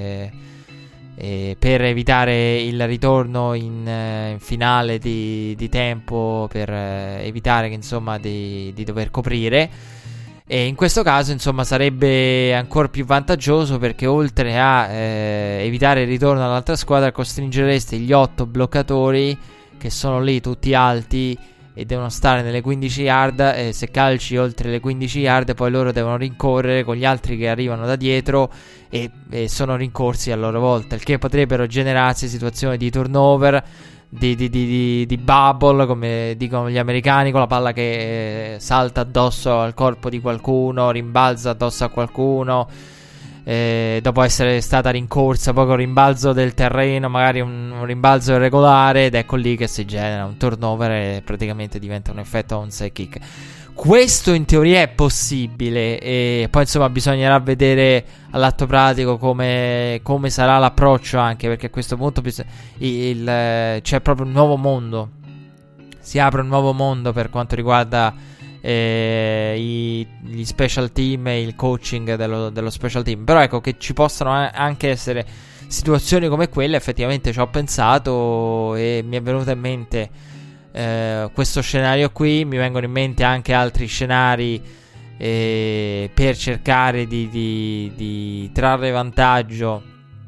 per evitare il ritorno in finale di tempo, per evitare che, insomma, di dover coprire. E in questo caso, insomma, sarebbe ancora più vantaggioso, perché oltre a evitare il ritorno all'altra squadra, costringeresti gli 8 bloccatori, che sono lì tutti alti e devono stare nelle 15 yard, se calci oltre le 15 yard poi loro devono rincorrere con gli altri che arrivano da dietro e sono rincorsi a loro volta, il che potrebbero generarsi situazioni di turnover, di bubble, come dicono gli americani, con la palla che salta addosso al corpo di qualcuno, rimbalza addosso a qualcuno, dopo essere stata rincorsa, poi con rimbalzo del terreno, magari un rimbalzo irregolare, ed ecco lì che si genera un turnover e praticamente diventa un effetto onside kick. Questo in teoria è possibile, e poi insomma bisognerà vedere all'atto pratico come sarà l'approccio, anche perché a questo punto c'è proprio un nuovo mondo, si apre un nuovo mondo per quanto riguarda gli special team e il coaching dello special team. Però ecco che ci possono anche essere situazioni come quelle. Effettivamente ci ho pensato e mi è venuto in mente questo scenario qui. Mi vengono in mente anche altri scenari per cercare di trarre vantaggio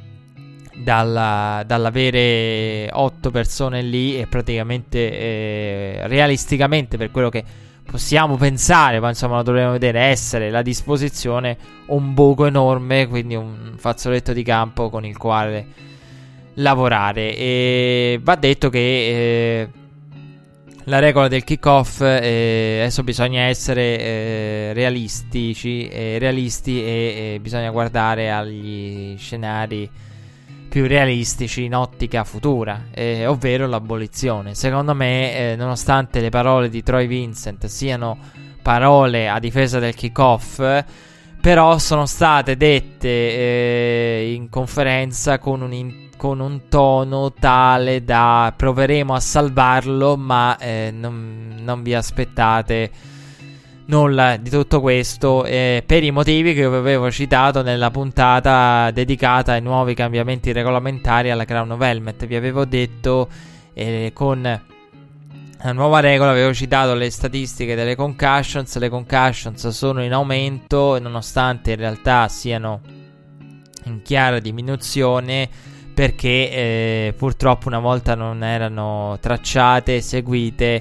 dall'avere 8 persone lì, e praticamente realisticamente, per quello che possiamo pensare, ma insomma lo dovremo vedere, essere la disposizione un buco enorme, quindi un fazzoletto di campo con il quale lavorare. E va detto che la regola del kickoff, adesso bisogna essere realisti e bisogna guardare agli scenari più realistici in ottica futura, ovvero l'abolizione. Secondo me, nonostante le parole di Troy Vincent siano parole a difesa del kickoff, però sono state dette in conferenza con un tono tale da proveremo a salvarlo, ma non vi aspettate nulla di tutto questo, per i motivi che vi avevo citato nella puntata dedicata ai nuovi cambiamenti regolamentari alla Crown of Helmet. Vi avevo detto, con la nuova regola, avevo citato le statistiche delle concussions. Le concussions sono in aumento, nonostante in realtà siano in chiara diminuzione, perché purtroppo una volta non erano tracciate, seguite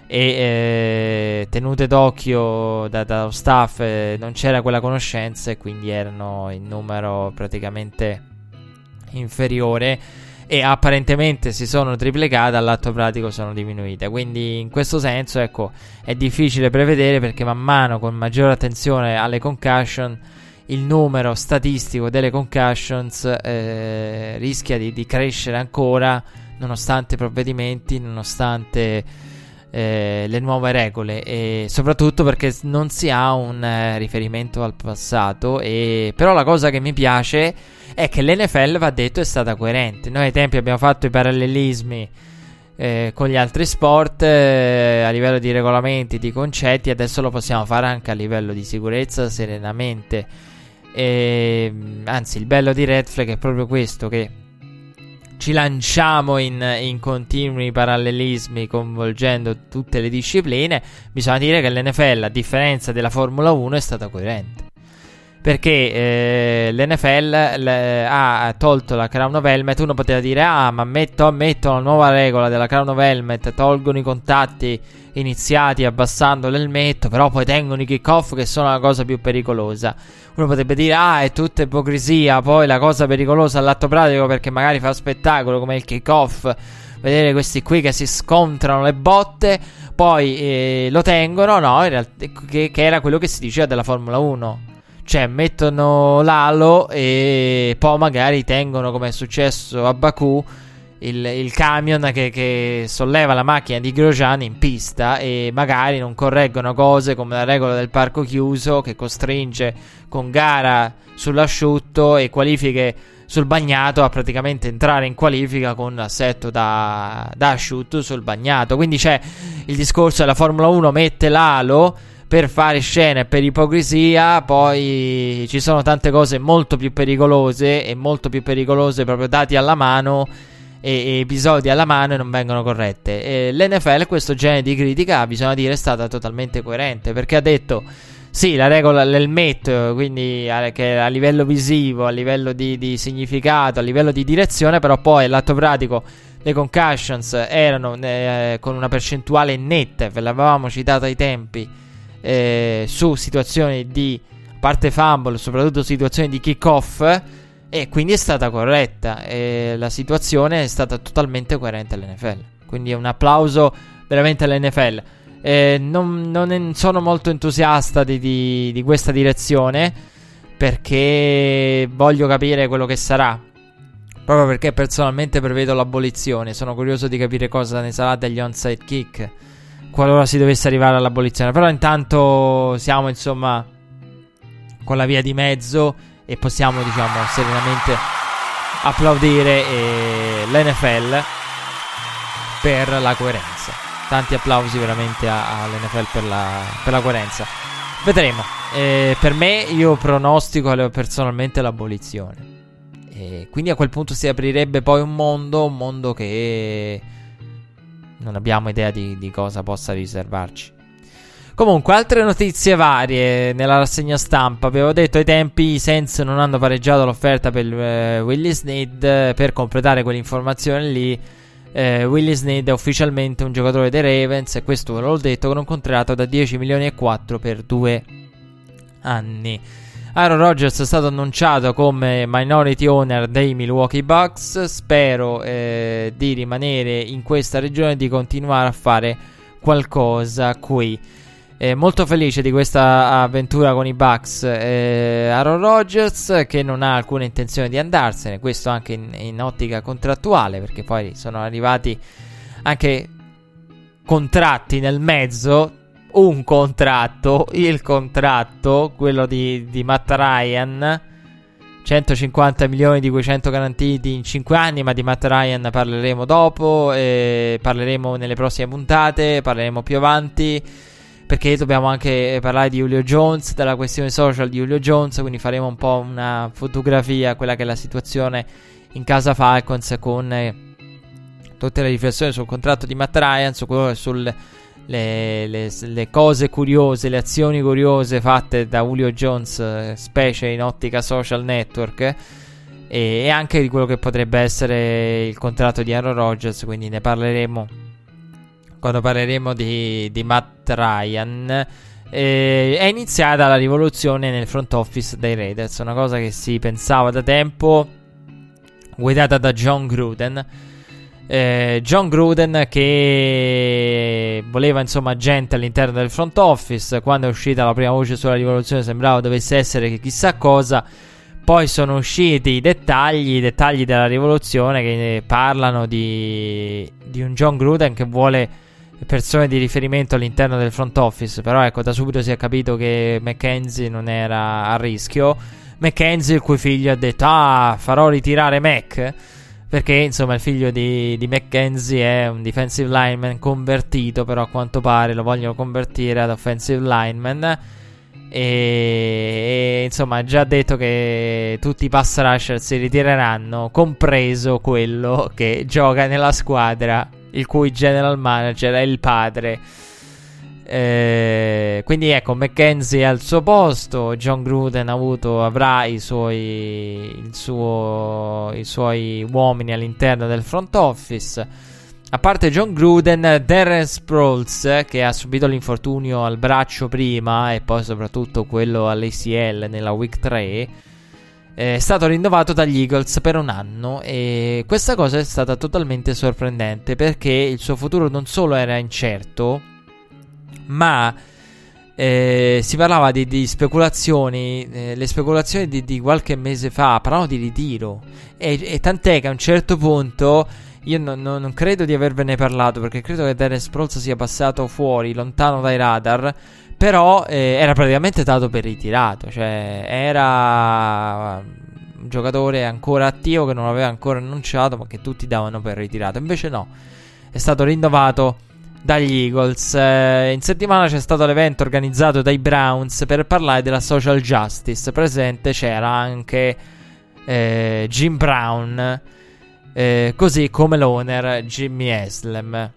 e tenute d'occhio dallo staff, non c'era quella conoscenza e quindi erano in numero praticamente inferiore, e apparentemente si sono triplicate, all'atto pratico sono diminuite. Quindi in questo senso, ecco, è difficile prevedere, perché man mano, con maggiore attenzione alle concussion, il numero statistico delle concussions rischia di crescere ancora, nonostante i provvedimenti, nonostante le nuove regole, e soprattutto perché non si ha un riferimento al passato. Però la cosa che mi piace è che l'NFL, va detto, è stata coerente. Noi ai tempi abbiamo fatto i parallelismi con gli altri sport a livello di regolamenti, di concetti. Adesso lo possiamo fare anche a livello di sicurezza, serenamente. Anzi, il bello di Red Flag è proprio questo, che ci lanciamo in continui parallelismi coinvolgendo tutte le discipline. Bisogna dire che l'NFL, a differenza della Formula 1, è stata coerente, perché l'NFL ha tolto la Crown of Helmet. Uno poteva dire: ma mettono la nuova regola della Crown of Helmet, tolgono i contatti iniziati abbassando l'elmetto, però poi tengono i kick-off, che sono la cosa più pericolosa. Uno potrebbe dire: è tutta ipocrisia, poi la cosa pericolosa all'atto pratico, perché magari fa spettacolo come il kick-off, vedere questi qui che si scontrano le botte, poi lo tengono. No, in realtà, che era quello che si diceva della Formula 1. Cioè, mettono l'alo e poi magari tengono, come è successo a Baku, il camion che solleva la macchina di Grosjean in pista, e magari non correggono cose come la regola del parco chiuso, che costringe con gara sull'asciutto e qualifiche sul bagnato a praticamente entrare in qualifica con l'assetto da asciutto sul bagnato. Quindi c'è il discorso della Formula 1 mette l'alo per fare scene, per ipocrisia. Poi ci sono tante cose molto più pericolose, e molto più pericolose proprio dati alla mano e episodi alla mano, e non vengono corrette. E l'NFL, questo genere di critica, bisogna dire, è stata totalmente coerente, perché ha detto: sì, la regola l'helmet, quindi che a livello visivo, a livello di significato, a livello di direzione, però poi all'atto pratico le concussions erano con una percentuale netta, ve l'avevamo citato ai tempi, su situazioni di, a parte fumble, soprattutto situazioni di kick-off, e quindi è stata corretta, e la situazione è stata totalmente coerente all'NFL. Quindi un applauso veramente all'NFL. Non sono molto entusiasta di questa direzione, perché voglio capire quello che sarà, proprio perché personalmente prevedo l'abolizione. Sono curioso di capire cosa ne sarà degli onside kick qualora si dovesse arrivare all'abolizione. Però intanto siamo, insomma, con la via di mezzo e possiamo, diciamo, serenamente applaudire l'NFL per la coerenza. Tanti applausi veramente all'NFL per la coerenza. Vedremo. Per me, io pronostico personalmente l'abolizione, e quindi a quel punto si aprirebbe poi un mondo che non abbiamo idea di cosa possa riservarci. Comunque, altre notizie varie nella rassegna stampa. Avevo detto ai tempi i Saints non hanno pareggiato l'offerta per Willie Snead. Per completare quell'informazione lì, Willie Snead è ufficialmente un giocatore dei Ravens, e questo ve l'ho detto, con un contratto da 10 milioni e 4 per 2 anni. Aaron Rodgers è stato annunciato come minority owner dei Milwaukee Bucks. Spero di rimanere in questa regione e di continuare a fare qualcosa qui. Molto felice di questa avventura con i Bucks. Aaron Rodgers che non ha alcuna intenzione di andarsene, questo anche in ottica contrattuale, perché poi sono arrivati anche contratti nel mezzo. Il contratto, quello di Matt Ryan, 150 milioni di quei 100 garantiti in 5 anni, ma di Matt Ryan parleremo dopo, parleremo nelle prossime puntate, parleremo più avanti, perché dobbiamo anche parlare di Julio Jones, della questione social di Julio Jones, quindi faremo un po' una fotografia, quella che è la situazione in casa Falcons, con tutte le riflessioni sul contratto di Matt Ryan, le cose curiose, le azioni curiose fatte da Julio Jones, specie in ottica social network, e anche di quello che potrebbe essere il contratto di Aaron Rodgers, quindi ne parleremo quando parleremo di Matt Ryan. È iniziata la rivoluzione nel front office dei Raiders, una cosa che si pensava da tempo, guidata da John Gruden. John Gruden che voleva insomma gente all'interno del front office. Quando è uscita la prima voce sulla rivoluzione sembrava dovesse essere che chissà cosa. Poi sono usciti i dettagli della rivoluzione, che parlano di un John Gruden che vuole persone di riferimento all'interno del front office. Però ecco, da subito si è capito che McKenzie non era a rischio. McKenzie, il cui figlio ha detto farò ritirare Mac, perché insomma il figlio di McKenzie è un defensive lineman convertito, però a quanto pare lo vogliono convertire ad offensive lineman, e insomma ha già detto che tutti i pass rusher si ritireranno, compreso quello che gioca nella squadra il cui general manager è il padre. Quindi ecco, McKenzie è al suo posto. John Gruden avrà i suoi uomini all'interno del front office. A parte John Gruden, Darren Sproles, che ha subito l'infortunio al braccio prima e poi soprattutto quello all'ACL nella week 3, è stato rinnovato dagli Eagles per un anno, e questa cosa è stata totalmente sorprendente, perché il suo futuro non solo era incerto, ma si parlava di speculazioni. Le speculazioni di qualche mese fa parlavano di ritiro, e tant'è che a un certo punto io non credo di avervene parlato, perché credo che Darren Sproles sia passato fuori, lontano dai radar, però era praticamente dato per ritirato, cioè era un giocatore ancora attivo che non aveva ancora annunciato, ma che tutti davano per ritirato. Invece no, è stato rinnovato dagli Eagles. In settimana c'è stato l'evento organizzato dai Browns per parlare della social justice. Presente c'era anche Jim Brown, così come l'owner Jimmy Haslam.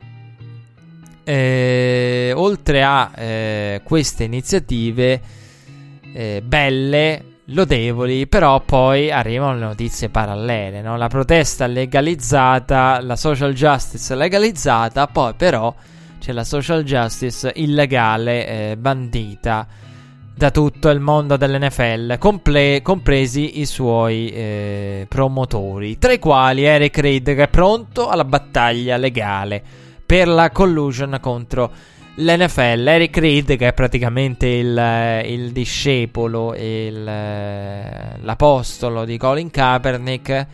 Oltre a queste iniziative belle, lodevoli, però poi arrivano le notizie parallele, no? La protesta legalizzata, la social justice legalizzata, poi però c'è la social justice illegale, bandita da tutto il mondo dell'NFL, compresi i suoi promotori, tra i quali Eric Reid, che è pronto alla battaglia legale per la collusion contro l'NFL. Eric Reid, che è praticamente il discepolo, l'apostolo di Colin Kaepernick,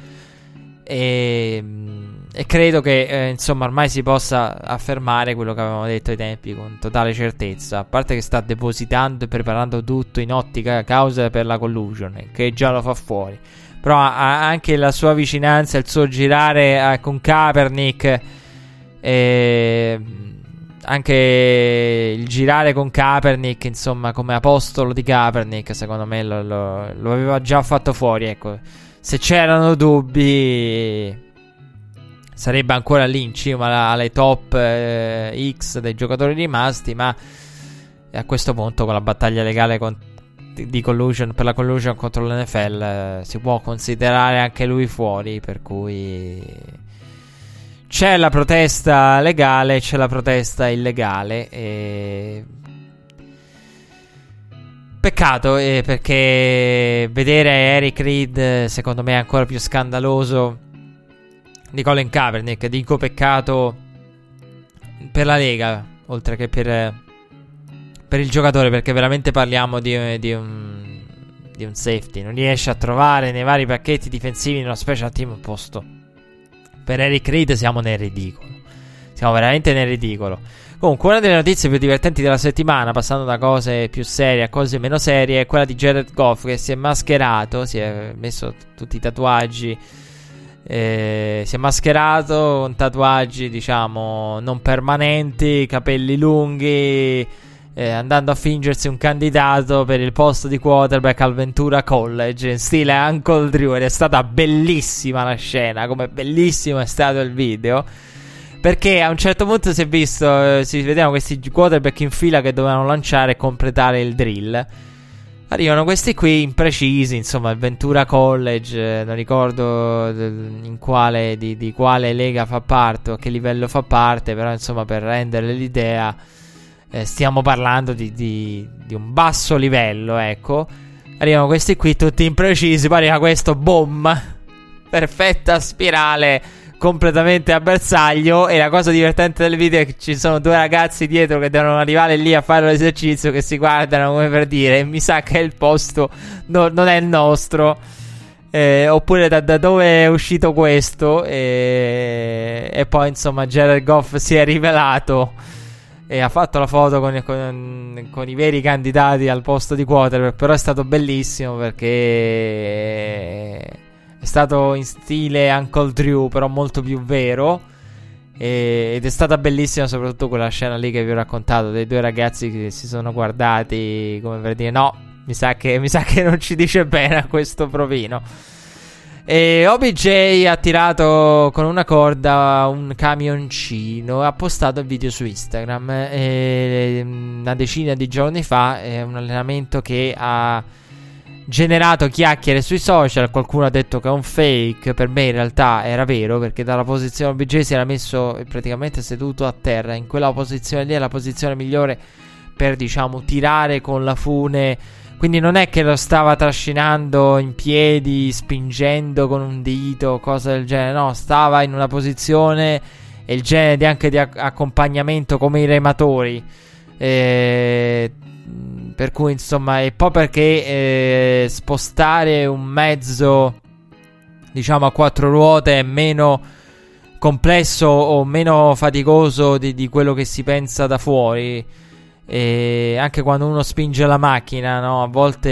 e credo che insomma ormai si possa affermare quello che avevamo detto ai tempi con totale certezza, a parte che sta depositando e preparando tutto in ottica causa per la collusion, che già lo fa fuori, però anche la sua vicinanza, il suo girare con Kaepernick, anche il girare con Kaepernick, insomma, come apostolo di Kaepernick, secondo me lo aveva già fatto fuori. Ecco, se c'erano dubbi, sarebbe ancora lì in cima alle top X dei giocatori rimasti, ma a questo punto con la battaglia legale di collusion, per la collusion contro l'NFL, si può considerare anche lui fuori, per cui c'è la protesta legale, c'è la protesta illegale, e peccato, perché vedere Eric Reid secondo me è ancora più scandaloso di Colin Kaepernick. Dico peccato per la Lega, oltre che per il giocatore, perché veramente parliamo di un safety. Non riesce a trovare nei vari pacchetti difensivi nello special team un posto. Per Eric Reid siamo nel ridicolo. Siamo veramente nel ridicolo. Comunque, una delle notizie più divertenti della settimana, passando da cose più serie a cose meno serie, è quella di Jared Goff, che si è mascherato, si è messo tutti i tatuaggi, si è mascherato con tatuaggi, diciamo, non permanenti, capelli lunghi, andando a fingersi un candidato per il posto di quarterback al Ventura College in stile Uncle Drew. Ed è stata bellissima la scena, come bellissimo è stato il video, perché a un certo punto si è visto, si vedevano questi quarterback in fila che dovevano lanciare e completare il drill. Arrivano questi qui imprecisi, insomma, il Ventura College, non ricordo in quale, di quale lega fa parte o a che livello fa parte, però insomma, per rendere l'idea, stiamo parlando di un basso livello, ecco. Arrivano questi qui tutti imprecisi, poi arriva questo boom, perfetta spirale, completamente a bersaglio. E la cosa divertente del video è che ci sono due ragazzi dietro che devono arrivare lì a fare l'esercizio, che si guardano come per dire: mi sa che il posto non è il nostro, oppure da dove è uscito questo. E poi insomma Jared Goff si è rivelato e ha fatto la foto con i veri candidati al posto di quarterback. Però è stato bellissimo, perché è stato in stile Uncle Drew, però molto più vero. Ed è stata bellissima soprattutto quella scena lì che vi ho raccontato, dei due ragazzi che si sono guardati come per dire: no, mi sa che non ci dice bene a questo provino. E OBJ ha tirato con una corda un camioncino e ha postato il video su Instagram. Una decina di giorni fa. È un allenamento che ha generato chiacchiere sui social. Qualcuno ha detto che è un fake. Per me in realtà era vero, perché dalla posizione OBJ si era messo praticamente seduto a terra. In quella posizione lì è la posizione migliore per, diciamo, tirare con la fune. Quindi non è che lo stava trascinando in piedi, spingendo con un dito, cose del genere. No, stava in una posizione e il genere anche di accompagnamento come i rematori. Per cui insomma, e poi perché spostare un mezzo, diciamo, a quattro ruote è meno complesso o meno faticoso di quello che si pensa da fuori. E anche quando uno spinge la macchina, no? A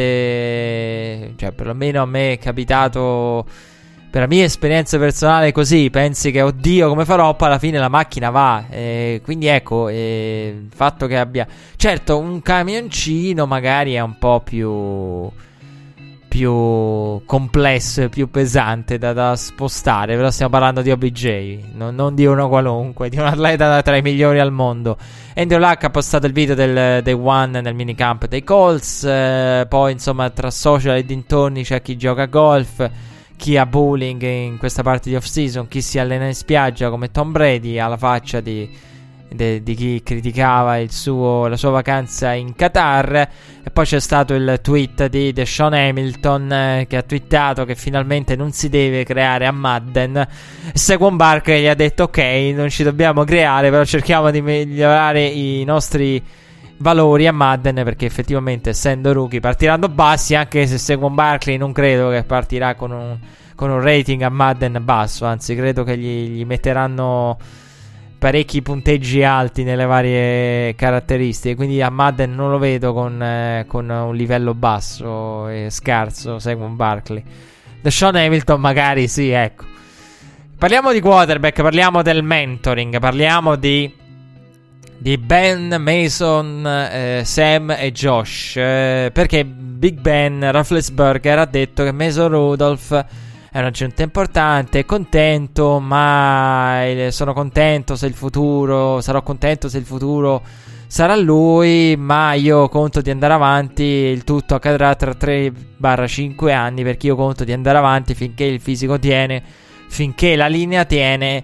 volte, cioè perlomeno a me è capitato, per la mia esperienza personale, così pensi che oddio come farò, poi alla fine la macchina va. Quindi ecco, il fatto che abbia, certo, un camioncino magari è un po' più complesso e più pesante da spostare, però stiamo parlando di OBJ, non di uno qualunque, di un atleta tra i migliori al mondo. Andrew Luck ha postato il video del Day One nel minicamp dei Colts. Poi insomma, tra social e dintorni c'è chi gioca a golf, chi ha bowling in questa parte di off season, chi si allena in spiaggia come Tom Brady, alla faccia di chi criticava la sua vacanza in Qatar. E poi c'è stato il tweet di Sean Hamilton, che ha twittato che finalmente non si deve creare a Madden. Saquon Barkley gli ha detto: ok, non ci dobbiamo creare, però cerchiamo di migliorare i nostri valori a Madden, perché effettivamente, essendo rookie, partiranno bassi. Anche se Saquon Barkley non credo che partirà con un rating a Madden basso, anzi credo che gli metteranno parecchi punteggi alti nelle varie caratteristiche. Quindi a Madden non lo vedo con un livello basso e scarso Saquon Barkley. Sean Hamilton magari sì, ecco. Parliamo di quarterback, parliamo del mentoring, parliamo di Ben, Mason, Sam e Josh, perché Big Ben Roethlisberger ha detto che Mason Rudolph è un'aggiunta importante, è contento, ma sarò contento se il futuro sarà lui, ma io conto di andare avanti, il tutto accadrà tra 3-5 anni, perché io conto di andare avanti finché il fisico tiene, finché la linea tiene,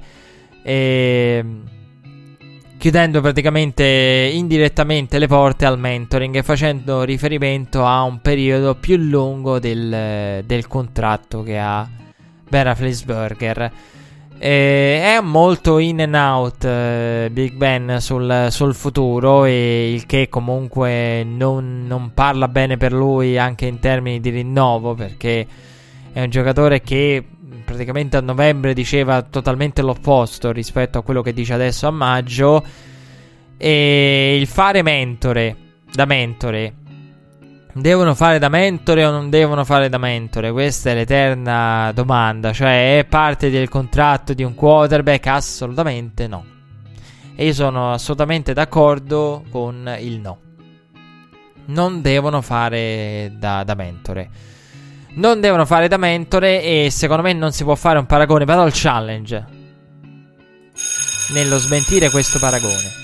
chiudendo praticamente indirettamente le porte al mentoring e facendo riferimento a un periodo più lungo del contratto che ha Ben Roethlisberger. È molto in and out Big Ben sul futuro, e il che comunque non parla bene per lui anche in termini di rinnovo, perché è un giocatore che praticamente a novembre diceva totalmente l'opposto rispetto a quello che dice adesso a maggio. E il fare da mentore, devono fare da mentore o non devono fare da mentore? Questa è l'eterna domanda. Cioè, è parte del contratto di un quarterback? Assolutamente no. E io sono assolutamente d'accordo con il no. Non devono fare da mentore. Non devono fare da mentore, e secondo me non si può fare un paragone. Vado al challenge nello smentire questo paragone.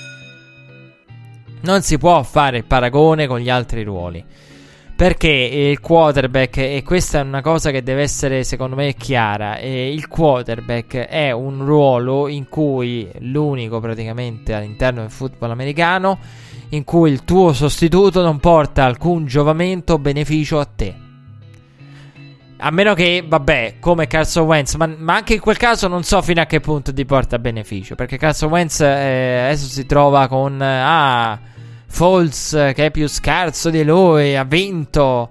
Non si può fare il paragone con gli altri ruoli, perché il quarterback, e questa è una cosa che deve essere secondo me chiara, il quarterback è un ruolo in cui l'unico praticamente all'interno del football americano in cui il tuo sostituto non porta alcun giovamento o beneficio a te. A meno che, vabbè, come Carson Wentz, ma anche in quel caso non so fino a che punto ti porta beneficio, perché Carson Wentz adesso si trova con Foles che è più scarso di lui, ha vinto,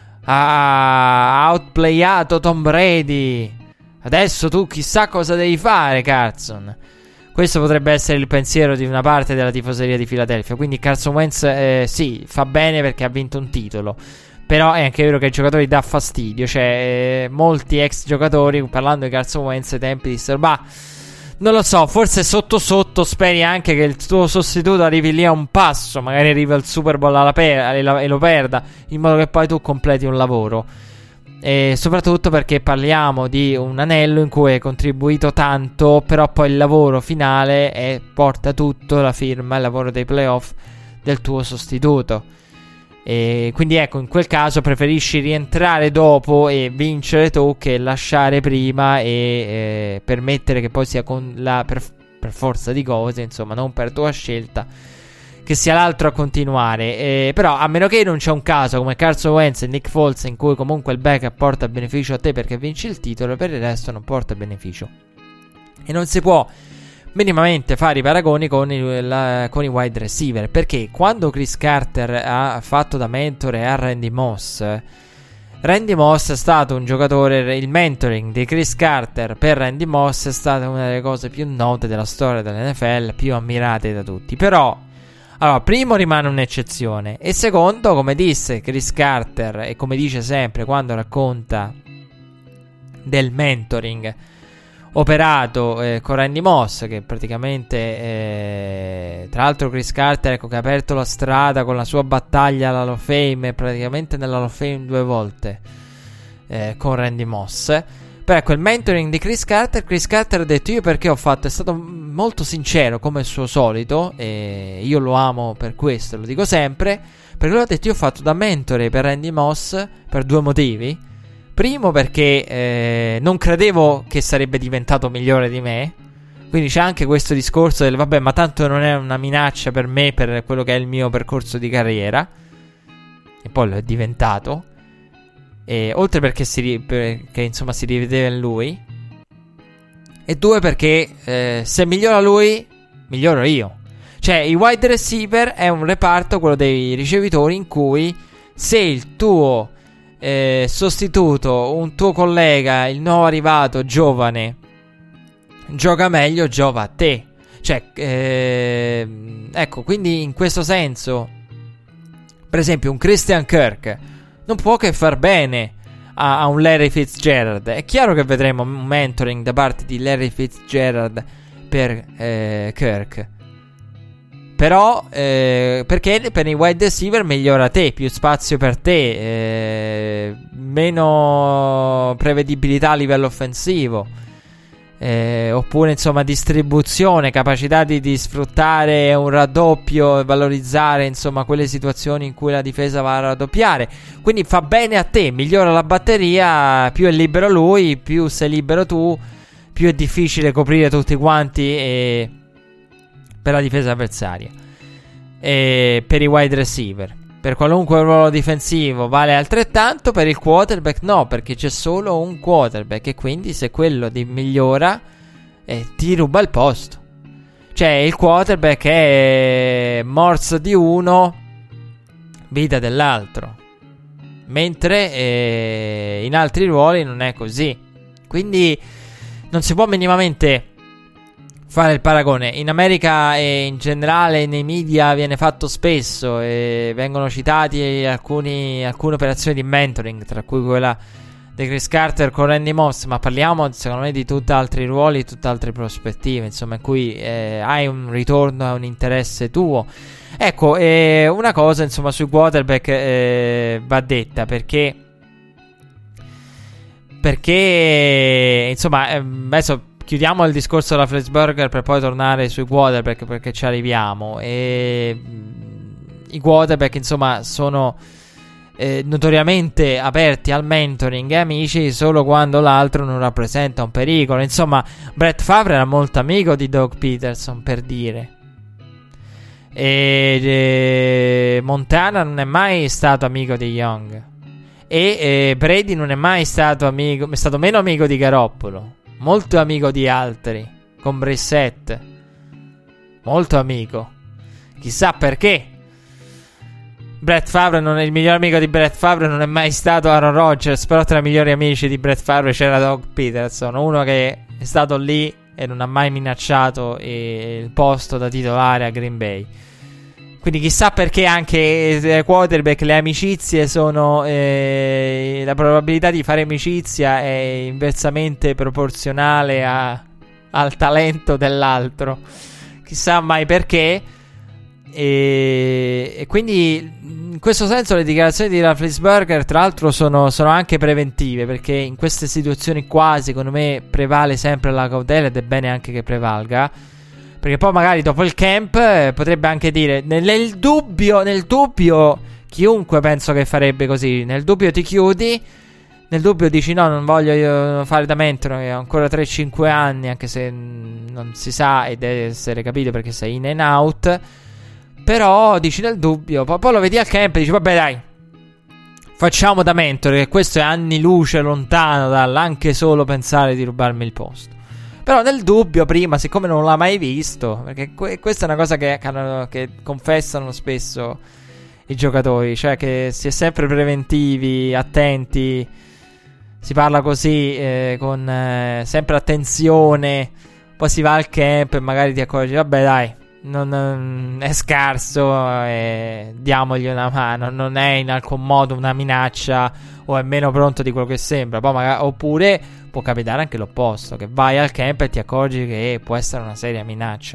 ha outplayato Tom Brady. Adesso tu chissà cosa devi fare, Carson. Questo potrebbe essere il pensiero di una parte della tifoseria di Philadelphia. Quindi Carson Wentz sì, fa bene perché ha vinto un titolo, però è anche vero che ai giocatori dà fastidio. Cioè molti ex giocatori, parlando di Carson Wentz ai tempi, dissero: bah, non lo so, forse sotto sotto speri anche che il tuo sostituto arrivi lì a un passo, magari arrivi al Super Bowl e lo perda, in modo che poi tu completi un lavoro. E soprattutto perché parliamo di un anello in cui hai contribuito tanto, però poi il lavoro finale porta tutto, la firma, il lavoro dei playoff del tuo sostituto. E quindi ecco, in quel caso preferisci rientrare dopo e vincere tu che lasciare prima e permettere che poi sia per forza di cose, insomma, non per tua scelta, che sia l'altro a continuare. Però a meno che non c'è un caso come Carson Wentz e Nick Foles in cui comunque il backup porta beneficio a te perché vinci il titolo, per il resto non porta beneficio. E non si può minimamente fare i paragoni con i wide receiver, perché quando Chris Carter ha fatto da mentore a Randy Moss è stato un giocatore, il mentoring di Chris Carter per Randy Moss è stata una delle cose più note della storia dell'NFL, più ammirate da tutti. Però allora, primo, rimane un'eccezione, e secondo, come disse Chris Carter e come dice sempre quando racconta del mentoring operato con Randy Moss, che praticamente tra l'altro Chris Carter, ecco, che ha aperto la strada con la sua battaglia all'Hall of Fame, praticamente nell'Hall of Fame 2 volte con Randy Moss. Però ecco, il mentoring di Chris Carter ha detto: io perché ho fatto, è stato molto sincero come il suo solito, e io lo amo per questo, lo dico sempre, perché lui ha detto: io ho fatto da mentore per Randy Moss per due motivi. Primo, perché non credevo che sarebbe diventato migliore di me. Quindi c'è anche questo discorso del vabbè, ma tanto non è una minaccia per me, per quello che è il mio percorso di carriera. E poi lo è diventato. E oltre perché insomma si rivedeva in lui. E due, perché se migliora lui, miglioro io. Cioè, i wide receiver è un reparto, quello dei ricevitori, in cui se il tuo sostituto, un tuo collega, il nuovo arrivato, giovane, gioca meglio, giova a te. Cioè, ecco, quindi in questo senso, per esempio, un Christian Kirk non può che far bene a un Larry Fitzgerald. È chiaro che vedremo un mentoring da parte di Larry Fitzgerald per Kirk. Però perché per i wide receiver migliora te, più spazio per te, meno prevedibilità a livello offensivo, oppure insomma distribuzione, capacità di sfruttare un raddoppio e valorizzare insomma quelle situazioni in cui la difesa va a raddoppiare. Quindi fa bene a te, migliora la batteria, più è libero lui, più sei libero tu, più è difficile coprire tutti quanti per la difesa avversaria. E per i wide receiver, per qualunque ruolo difensivo vale altrettanto. Per il quarterback no, perché c'è solo un quarterback, e quindi se quello migliora e ti ruba il posto. Cioè il quarterback è morso di uno, vita dell'altro, mentre in altri ruoli non è così. Quindi non si può minimamente fare il paragone. In America e in generale nei media viene fatto spesso e vengono citati alcune operazioni di mentoring, tra cui quella di Chris Carter con Randy Moss, ma parliamo secondo me di tutt'altri ruoli, tutt'altre prospettive, insomma, in cui hai un ritorno a un interesse tuo. Ecco, una cosa insomma sui quarterback va detta, perché insomma adesso chiudiamo il discorso della Flesburger per poi tornare sui quarterback, perché ci arriviamo. E i quarterback insomma sono notoriamente aperti al mentoring e amici solo quando l'altro non rappresenta un pericolo. Insomma, Brett Favre era molto amico di Doug Peterson, per dire, e Montana non è mai stato amico di Young, e Brady non è mai stato amico, è stato meno amico di Garoppolo, molto amico di altri, con Brissett, molto amico, chissà perché. Brett Favre non è il miglior amico di Brett Favre, non è mai stato Aaron Rodgers, però tra i migliori amici di Brett Favre c'era Doug Peterson, uno che è stato lì e non ha mai minacciato il posto da titolare a Green Bay. Quindi chissà perché anche quarterback le amicizie sono la probabilità di fare amicizia è inversamente proporzionale al talento dell'altro, chissà mai perché. E quindi in questo senso le dichiarazioni di Roethlisberger tra l'altro sono anche preventive, perché in queste situazioni qua secondo me prevale sempre la cautela, ed è bene anche che prevalga, perché poi magari dopo il camp potrebbe anche dire nel dubbio chiunque penso che farebbe così, nel dubbio ti chiudi, nel dubbio dici no, non voglio fare da mentore, ho ancora 3-5 anni, anche se non si sa e deve essere capito perché sei in and out. Però dici nel dubbio, poi lo vedi al camp e dici vabbè dai, facciamo da mentore, che questo è anni luce lontano dall'anche solo pensare di rubarmi il posto. Però nel dubbio prima, siccome non l'ha mai visto, perché questa è una cosa che confessano spesso i giocatori, cioè che si è sempre preventivi, attenti, si parla così con sempre attenzione, poi si va al camp e magari ti accorgi vabbè dai, non è scarso, diamogli una mano, non è in alcun modo una minaccia o è meno pronto di quello che sembra. Poi magari, oppure può capitare anche l'opposto, che vai al camp e ti accorgi che può essere una seria minaccia.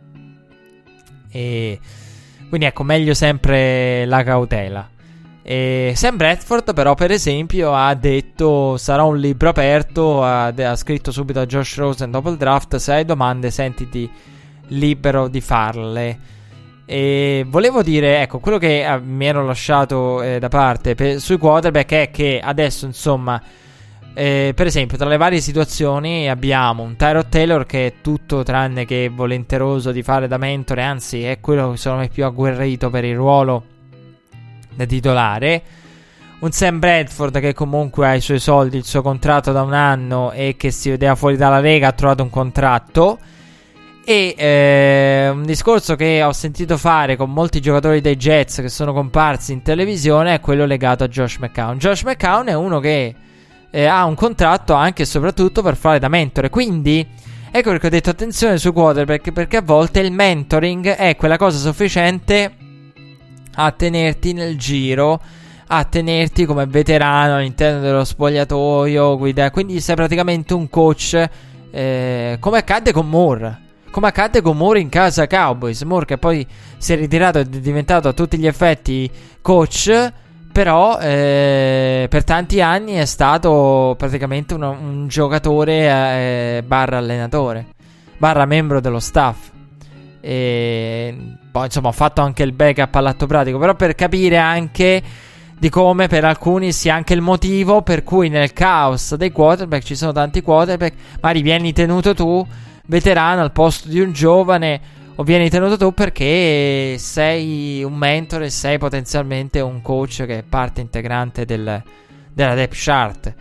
E quindi ecco, meglio sempre la cautela. E Sam Bradford però per esempio ha detto sarà un libro aperto, ha scritto subito a Josh Rosen dopo il draft: se hai domande sentiti libero di farle. E volevo dire, ecco, quello che mi ero lasciato da parte sui quarterback è che adesso insomma per esempio tra le varie situazioni abbiamo un Tyrod Taylor che è tutto tranne che volenteroso di fare da mentore, anzi è quello che secondo me più agguerrito per il ruolo da titolare, un Sam Bradford che comunque ha i suoi soldi, il suo contratto da un anno e che si vedeva fuori dalla Lega, ha trovato un contratto. E un discorso che ho sentito fare con molti giocatori dei Jets che sono comparsi in televisione è quello legato a Josh McCown. Josh McCown è uno che ha un contratto anche e soprattutto per fare da mentore, quindi ecco perché ho detto attenzione sui quarterback, perché a volte il mentoring è quella cosa sufficiente a tenerti nel giro, a tenerti come veterano all'interno dello spogliatoio, quindi sei praticamente un coach, come accadde con Moore. Come accadde con Moore in casa Cowboys. Moore che poi si è ritirato ed è diventato a tutti gli effetti coach, però per tanti anni è stato praticamente un giocatore barra allenatore, barra membro dello staff. E poi insomma ho fatto anche il backup all'atto pratico, però per capire anche di come per alcuni sia anche il motivo per cui nel caos dei quarterback ci sono tanti quarterback, magari vieni tenuto tu veterano al posto di un giovane, o vieni tenuto tu perché sei un mentore, sei potenzialmente un coach che è parte integrante della depth chart.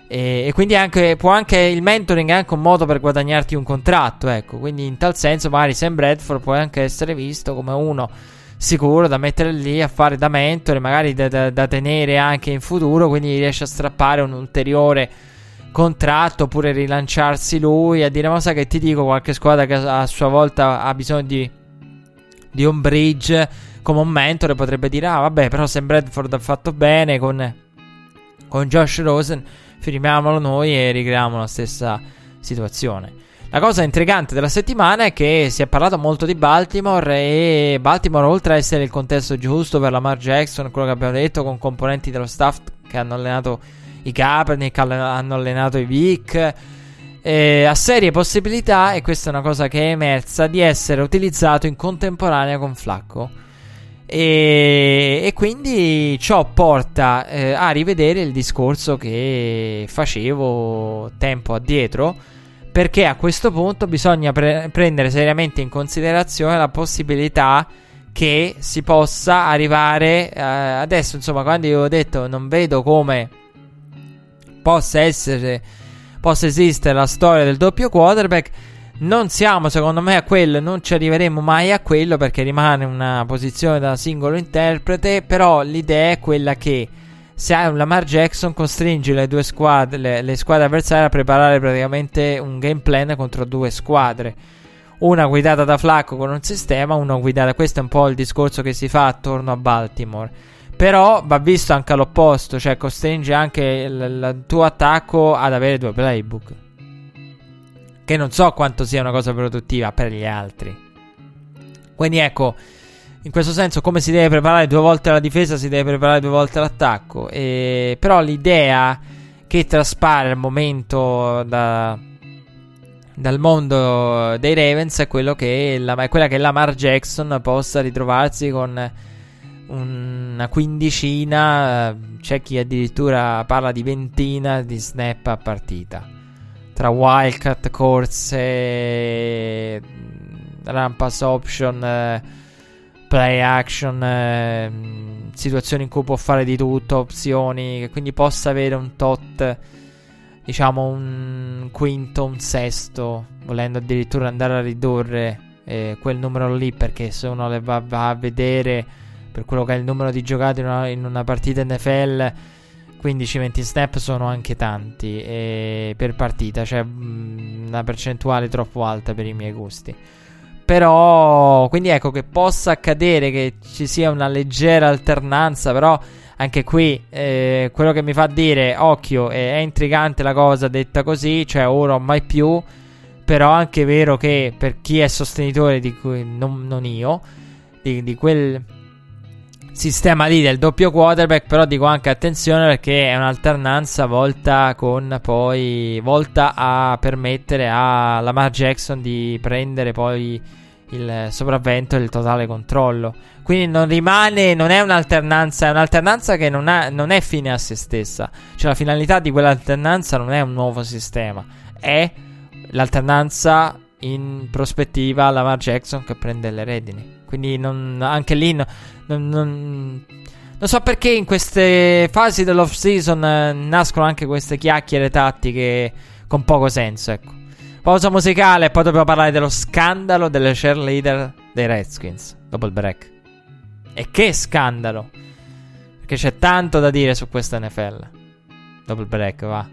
E quindi può anche il mentoring è anche un modo per guadagnarti un contratto, ecco. Quindi in tal senso magari Sam Bradford può anche essere visto come uno sicuro da mettere lì a fare da mentore, magari da tenere anche in futuro, quindi riesce a strappare un ulteriore contratto, oppure rilanciarsi lui, a dire ma sai che ti dico, qualche squadra che a sua volta ha bisogno di un bridge come un mentore potrebbe dire vabbè, però Sam Bradford ha fatto bene con Josh Rosen, firmiamolo noi e ricreiamo la stessa situazione. La cosa intrigante della settimana è che si è parlato molto di Baltimore, e Baltimore, oltre a essere il contesto giusto per Lamar Jackson, quello che abbiamo detto, con componenti dello staff che hanno allenato i Kaepernick, hanno allenato i Vic, ha serie possibilità, e questa è una cosa che è emersa, di essere utilizzato in contemporanea con Flacco. E quindi ciò porta a rivedere il discorso che facevo tempo addietro, perché a questo punto bisogna prendere seriamente in considerazione la possibilità che si possa arrivare adesso, insomma, quando io ho detto non vedo come possa esistere la storia del doppio quarterback, non siamo secondo me a quello, non ci arriveremo mai a quello, perché rimane una posizione da singolo interprete. Però l'idea è quella che se hai un Lamar Jackson costringi le squadre avversarie a preparare praticamente un game plan contro due squadre, una guidata da Flacco con un sistema, una guidata, questo è un po' il discorso che si fa attorno a Baltimore. Però va visto anche all'opposto, cioè costringe anche il tuo attacco ad avere due playbook, che non so quanto sia una cosa produttiva per gli altri. Quindi ecco, in questo senso, come si deve preparare due volte la difesa, si deve preparare due volte l'attacco. Però l'idea che traspare al momento dal mondo dei Ravens è quella che Lamar Jackson possa ritrovarsi con una quindicina, c'è chi addirittura parla di ventina di snap a partita, tra wildcat, corse, run pass option, play action, situazioni in cui può fare di tutto, opzioni, che quindi possa avere un tot, diciamo un quinto, un sesto, volendo addirittura andare a ridurre quel numero lì, perché se uno le va a vedere per quello che è il numero di giocate in una partita NFL, 15-20 snap sono anche tanti per partita, cioè una percentuale troppo alta per i miei gusti. Però, quindi ecco, che possa accadere che ci sia una leggera alternanza, però anche qui quello che mi fa dire, occhio, è intrigante la cosa detta così, cioè ora o mai più. Però anche è vero che per chi è sostenitore di cui non io, di quel sistema lì del doppio quarterback, però dico anche attenzione, perché è un'alternanza volta a permettere a Lamar Jackson di prendere poi il sopravvento e il totale controllo. Quindi non è un'alternanza, è un'alternanza che non è fine a se stessa. Cioè la finalità di quell'alternanza non è un nuovo sistema, è l'alternanza in prospettiva Lamar Jackson che prende le redini. Quindi anche lì non so perché in queste fasi dell'off season nascono anche queste chiacchiere tattiche con poco senso, ecco. Pausa musicale e poi dobbiamo parlare dello scandalo delle cheerleader dei Redskins dopo il break. E che scandalo, perché c'è tanto da dire su questa NFL. Dopo il break, va.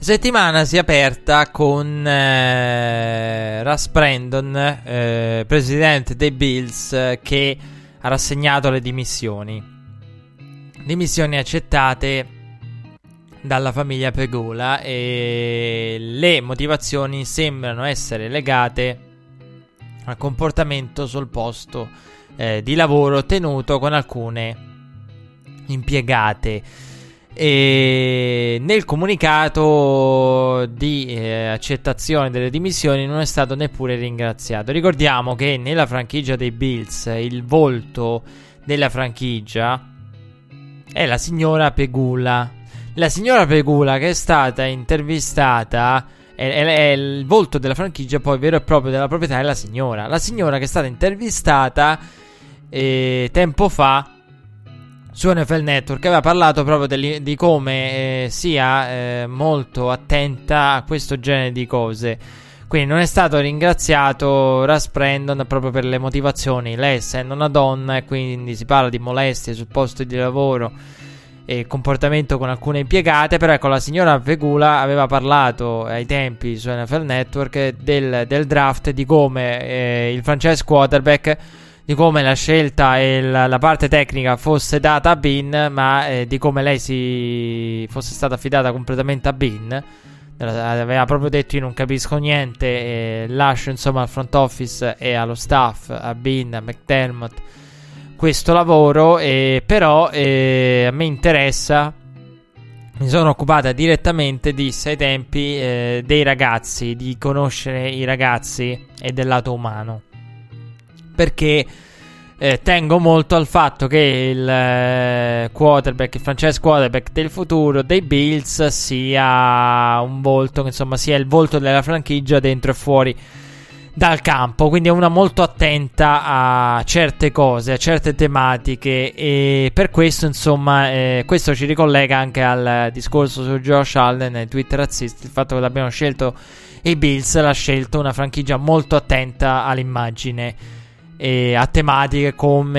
settimana si è aperta con Russ Brandon, presidente dei Bills, che ha rassegnato le dimissioni accettate dalla famiglia Pegula, e le motivazioni sembrano essere legate al comportamento sul posto di lavoro tenuto con alcune impiegate. E nel comunicato di accettazione delle dimissioni non è stato neppure ringraziato. Ricordiamo che nella franchigia dei Bills il volto della franchigia è la signora Pegula. La signora Pegula, che è stata intervistata, è il volto della franchigia, poi vero e proprio della proprietà, è la signora. La signora che è stata intervistata tempo fa su NFL Network, aveva parlato proprio di come sia molto attenta a questo genere di cose. Quindi non è stato ringraziato Russ Brandon proprio per le motivazioni. Lei, essendo una donna, e quindi si parla di molestie sul posto di lavoro e comportamento con alcune impiegate. Però ecco, la signora Pegula aveva parlato ai tempi su NFL Network del draft, di come il franchise quarterback, di come la scelta e la parte tecnica fosse data a Bean, ma di come lei si fosse stata affidata completamente a Bean. Aveva proprio detto: io non capisco niente, lascio insomma al front office e allo staff, a Bean, a McDermott, questo lavoro, però a me interessa, mi sono occupata direttamente, disse ai tempi, dei ragazzi, di conoscere i ragazzi e del lato umano, perché tengo molto al fatto che il quarterback, il franchise quarterback del futuro dei Bills sia un volto, che insomma sia il volto della franchigia dentro e fuori dal campo. Quindi è una molto attenta a certe cose, a certe tematiche, e per questo insomma questo ci ricollega anche al discorso su Josh Allen e Twitter razzisti. Il fatto che l'abbiamo scelto i Bills l'ha scelto una franchigia molto attenta all'immagine e a tematiche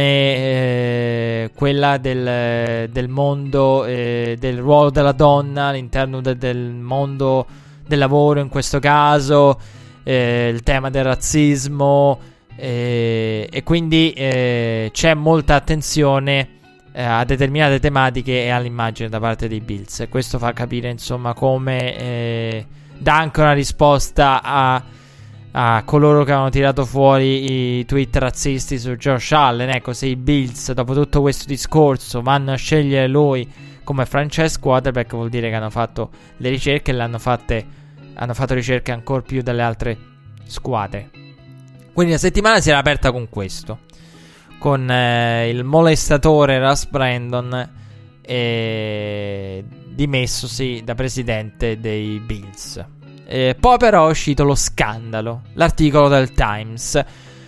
come quella del mondo, del ruolo della donna all'interno del mondo del lavoro, in questo caso il tema del razzismo, e quindi c'è molta attenzione a determinate tematiche e all'immagine da parte dei Bills, e questo fa capire insomma come dà anche una risposta a coloro che hanno tirato fuori i tweet razzisti su Josh Allen. Ecco, se i Bills dopo tutto questo discorso vanno a scegliere lui come franchise quarterback, vuol dire che hanno fatto le ricerche e hanno fatto ricerche ancora più delle altre squadre. Quindi la settimana si era aperta con questo, con il molestatore Russ Brandon dimessosi da presidente dei Bills. Poi però è uscito lo scandalo, l'articolo del Times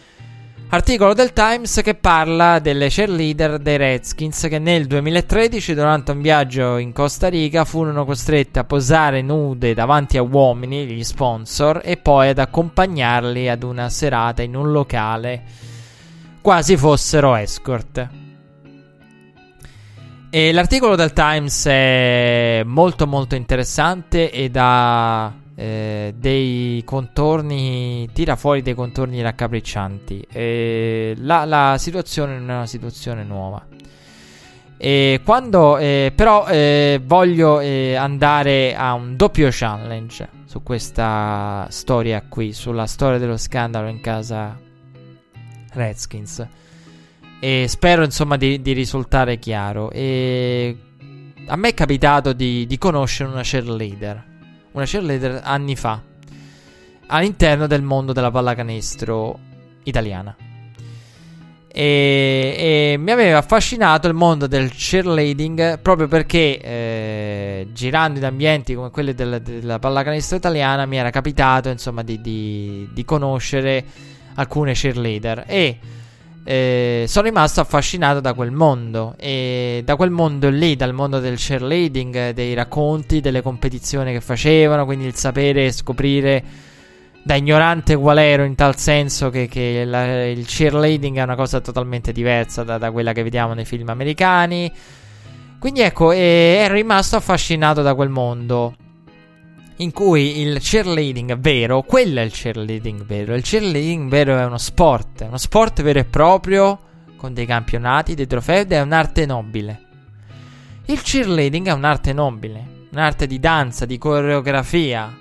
che parla delle cheerleader dei Redskins che nel 2013, durante un viaggio in Costa Rica, furono costrette a posare nude davanti a uomini, gli sponsor, e poi ad accompagnarli ad una serata in un locale, quasi fossero escort. E l'articolo del Times è molto molto interessante e dà dei contorni, tira fuori dei contorni raccapriccianti. La situazione non è una situazione nuova. Però voglio andare a un doppio challenge su questa storia qui, sulla storia dello scandalo in casa Redskins, e spero insomma di risultare chiaro. A me è capitato di conoscere una cheerleader anni fa all'interno del mondo della pallacanestro italiana, e mi aveva affascinato il mondo del cheerleading proprio perché girando in ambienti come quelli della pallacanestro italiana mi era capitato insomma di conoscere alcune cheerleader, e sono rimasto affascinato da quel mondo, e da quel mondo lì, dal mondo del cheerleading, dei racconti, delle competizioni che facevano, quindi il sapere, scoprire da ignorante qual ero, in tal senso che il cheerleading è una cosa totalmente diversa da quella che vediamo nei film americani. Quindi ecco, ero rimasto affascinato da quel mondo. in cui il cheerleading vero, quello è il cheerleading vero. Il cheerleading vero è uno sport vero e proprio, con dei campionati, dei trofei, ed è un'arte nobile. Il cheerleading è un'arte nobile, un'arte di danza, di coreografia,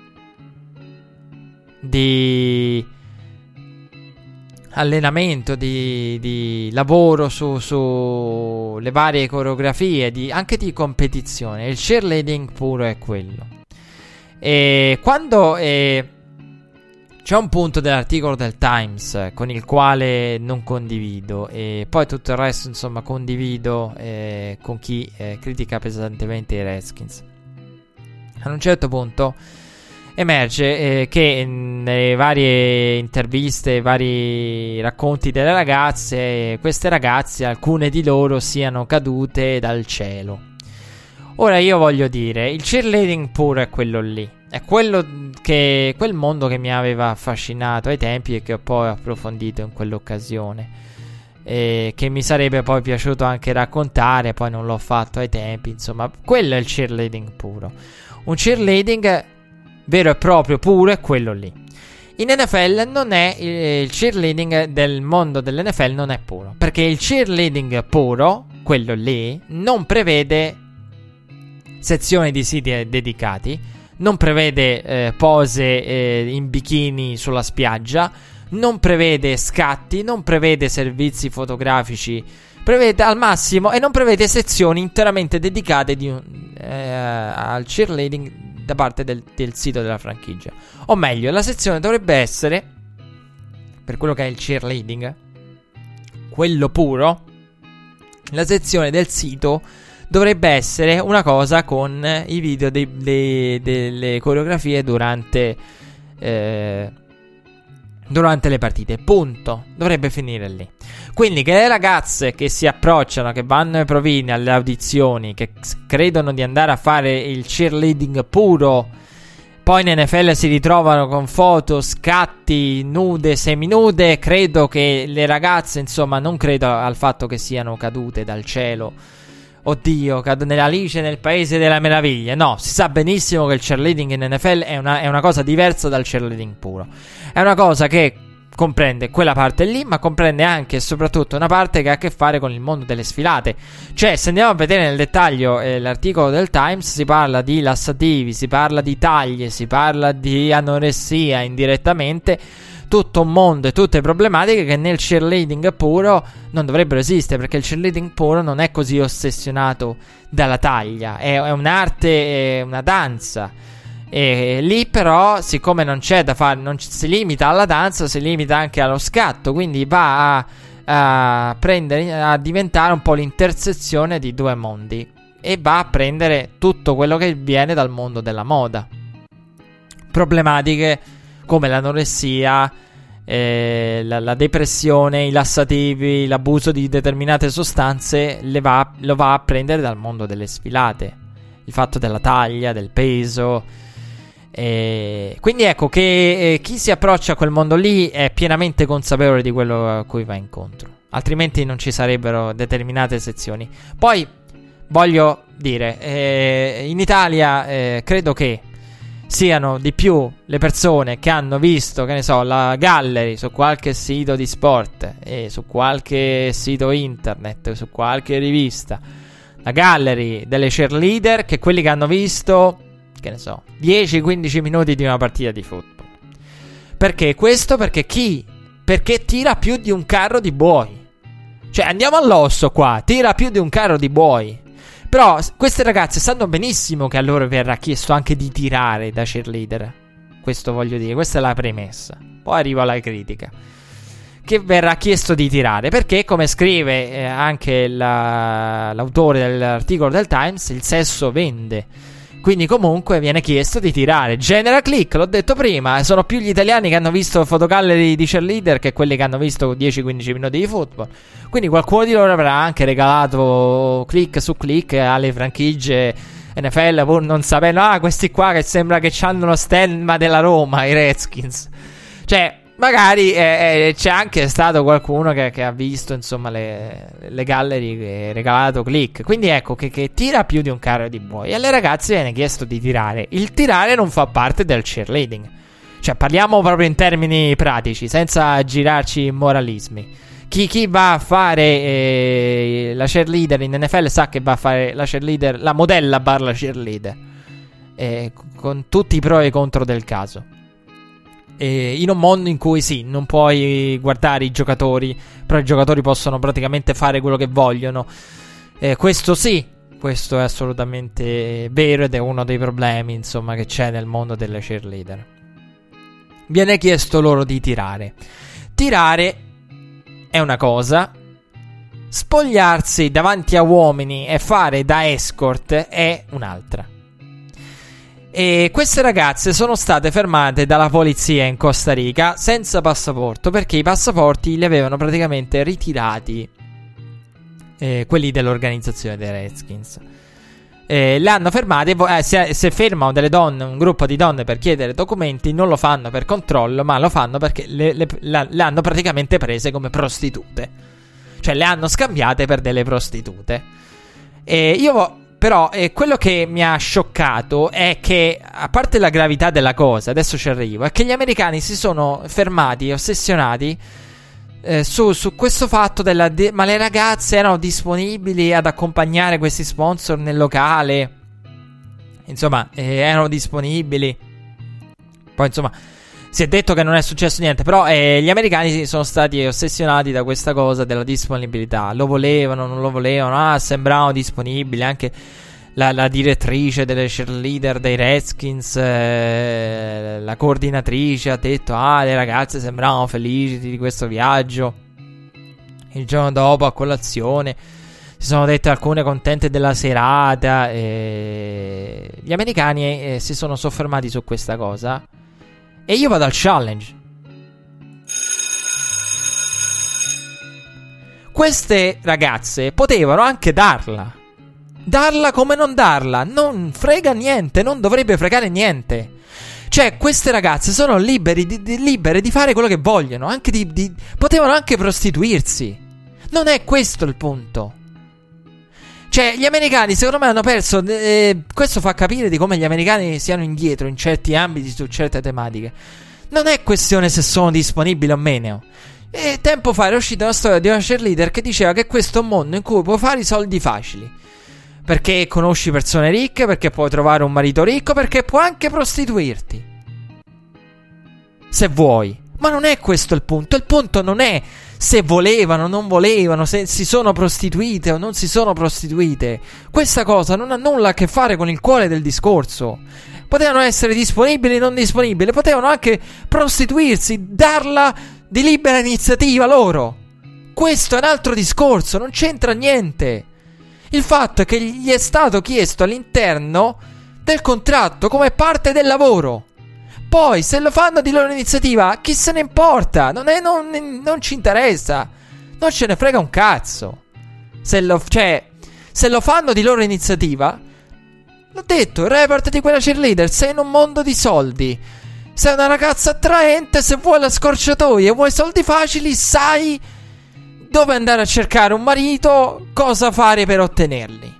di allenamento, di lavoro su le varie coreografie, anche di competizione. Il cheerleading puro è quello. E quando c'è un punto dell'articolo del Times con il quale non condivido, e poi tutto il resto insomma condivido con chi critica pesantemente i Redskins. Ad un certo punto emerge che nelle varie interviste, vari racconti delle ragazze, queste ragazze, alcune di loro siano cadute dal cielo. Ora io voglio dire, il cheerleading puro è quello lì, è quel mondo che mi aveva affascinato ai tempi e che ho poi approfondito in quell'occasione, e che mi sarebbe poi piaciuto anche raccontare, poi non l'ho fatto ai tempi. Insomma, quello è il cheerleading puro. Un cheerleading vero e proprio puro è quello lì. In NFL non è il cheerleading del mondo dell'NFL non è puro, perché il cheerleading puro, quello lì, non prevede sezioni di siti dedicati, non prevede pose in bikini sulla spiaggia, non prevede scatti, non prevede servizi fotografici, prevede al massimo, e non prevede sezioni interamente dedicate al cheerleading da parte del sito della franchigia. O meglio, la sezione dovrebbe essere, per quello che è il cheerleading, quello puro, la sezione del sito dovrebbe essere una cosa con i video delle coreografie durante le partite. Punto. Dovrebbe finire lì. Quindi che le ragazze che si approcciano, che vanno ai provini, alle audizioni, che credono di andare a fare il cheerleading puro, poi in NFL si ritrovano con foto, scatti, nude, seminude. Credo che le ragazze, insomma, non credo al fatto che siano cadute dal cielo. Oddio, cado nell'Alice nel Paese delle Meraviglie. No, si sa benissimo che il cheerleading in NFL è una cosa diversa dal cheerleading puro. È una cosa che comprende quella parte lì, ma comprende anche e soprattutto una parte che ha a che fare con il mondo delle sfilate. Cioè, se andiamo a vedere nel dettaglio l'articolo del Times, si parla di lassativi, si parla di taglie, si parla di anoressia indirettamente. Tutto un mondo e tutte problematiche che nel cheerleading puro non dovrebbero esistere, perché il cheerleading puro non è così ossessionato dalla taglia, è un'arte, è una danza. E lì però, siccome non c'è da fare, non si limita alla danza, si limita anche allo scatto, quindi va a diventare un po' l'intersezione di due mondi, e va a prendere tutto quello che viene dal mondo della moda. Problematiche come l'anoressia, la depressione, i lassativi, l'abuso di determinate sostanze, lo va a prendere dal mondo delle sfilate. Il fatto della taglia, del peso. Quindi ecco che chi si approccia a quel mondo lì è pienamente consapevole di quello a cui va incontro. Altrimenti non ci sarebbero determinate sezioni. Poi voglio dire, in Italia credo che siano di più le persone che hanno visto, che ne so, la gallery su qualche sito di sport e su qualche sito internet, su qualche rivista, la gallery delle cheerleader, che quelli che hanno visto, che ne so, 10-15 minuti di una partita di football. Perché questo? Perché tira più di un carro di buoi. Cioè, andiamo all'osso qua, tira più di un carro di buoi. Però queste ragazze sanno benissimo che a loro verrà chiesto anche di tirare da cheerleader. Questo voglio dire, questa è la premessa. Poi arrivo alla critica. Che verrà chiesto di tirare, perché come scrive anche l'autore dell'articolo del Times, il sesso vende. Quindi comunque viene chiesto di tirare. Genera click, l'ho detto prima. Sono più gli italiani che hanno visto fotogallery di cheerleader che quelli che hanno visto 10-15 minuti di football. Quindi qualcuno di loro avrà anche regalato click su click alle franchigie NFL, pur non sapendo, questi qua che sembra che hanno lo stemma della Roma, i Redskins. Cioè, magari c'è anche stato qualcuno che ha visto, insomma, le gallery che ha regalato click. Quindi ecco che tira più di un carro di buoi. E alle ragazze viene chiesto di tirare. Il tirare non fa parte del cheerleading. Cioè, parliamo proprio in termini pratici, senza girarci in moralismi. Chi va a fare la cheerleader in NFL sa che va a fare la cheerleader, la modella / cheerleader, con tutti i pro e i contro del caso. In un mondo in cui sì, non puoi guardare i giocatori, però i giocatori possono praticamente fare quello che vogliono. Questo sì, questo è assolutamente vero ed è uno dei problemi, insomma, che c'è nel mondo delle cheerleader. Viene chiesto loro di tirare. Tirare è una cosa, spogliarsi davanti a uomini e fare da escort è un'altra. E queste ragazze sono state fermate dalla polizia in Costa Rica senza passaporto, perché i passaporti li avevano praticamente ritirati quelli dell'organizzazione dei Redskins. Le hanno fermate. Se fermano delle donne, un gruppo di donne, per chiedere documenti, non lo fanno per controllo, ma lo fanno perché le hanno praticamente prese come prostitute. Cioè le hanno scambiate per delle prostitute. Però quello che mi ha scioccato è che, a parte la gravità della cosa, adesso ci arrivo, è che gli americani si sono fermati, ossessionati su questo fatto ma le ragazze erano disponibili ad accompagnare questi sponsor nel locale. Insomma, erano disponibili. Poi insomma si è detto che non è successo niente, però gli americani sono stati ossessionati da questa cosa della disponibilità. Lo volevano, non lo volevano, sembravano disponibili. Anche la direttrice delle cheerleader dei Redskins, la coordinatrice, ha detto le ragazze sembravano felici di questo viaggio. Il giorno dopo, a colazione, si sono dette alcune contente della serata. Gli americani si sono soffermati su questa cosa. E io vado al challenge. Queste ragazze potevano anche darla come non darla. Non frega niente, non dovrebbe fregare niente. Cioè, queste ragazze sono libere di fare quello che vogliono. Anche potevano anche prostituirsi. Non è questo il punto. Cioè, gli americani secondo me hanno perso. Questo fa capire di come gli americani siano indietro in certi ambiti, su certe tematiche. Non è questione se sono disponibili o meno. Tempo fa era uscita una storia di una cheerleader che diceva che questo è un mondo in cui puoi fare i soldi facili, perché conosci persone ricche, perché puoi trovare un marito ricco, perché puoi anche prostituirti, se vuoi. Ma non è questo il punto. Il punto non è se volevano o non volevano, se si sono prostituite o non si sono prostituite. Questa cosa non ha nulla a che fare con il cuore del discorso. Potevano essere disponibili o non disponibili, potevano anche prostituirsi, darla di libera iniziativa loro. Questo è un altro discorso, non c'entra niente. Il fatto è che gli è stato chiesto all'interno del contratto come parte del lavoro. Poi, se lo fanno di loro iniziativa, chi se ne importa? Non ci interessa. Non ce ne frega un cazzo. Se lo fanno di loro iniziativa, l'ho detto, il report di quella cheerleader, sei in un mondo di soldi. Sei una ragazza attraente, se vuoi la scorciatoia e vuoi soldi facili, sai dove andare a cercare un marito, cosa fare per ottenerli,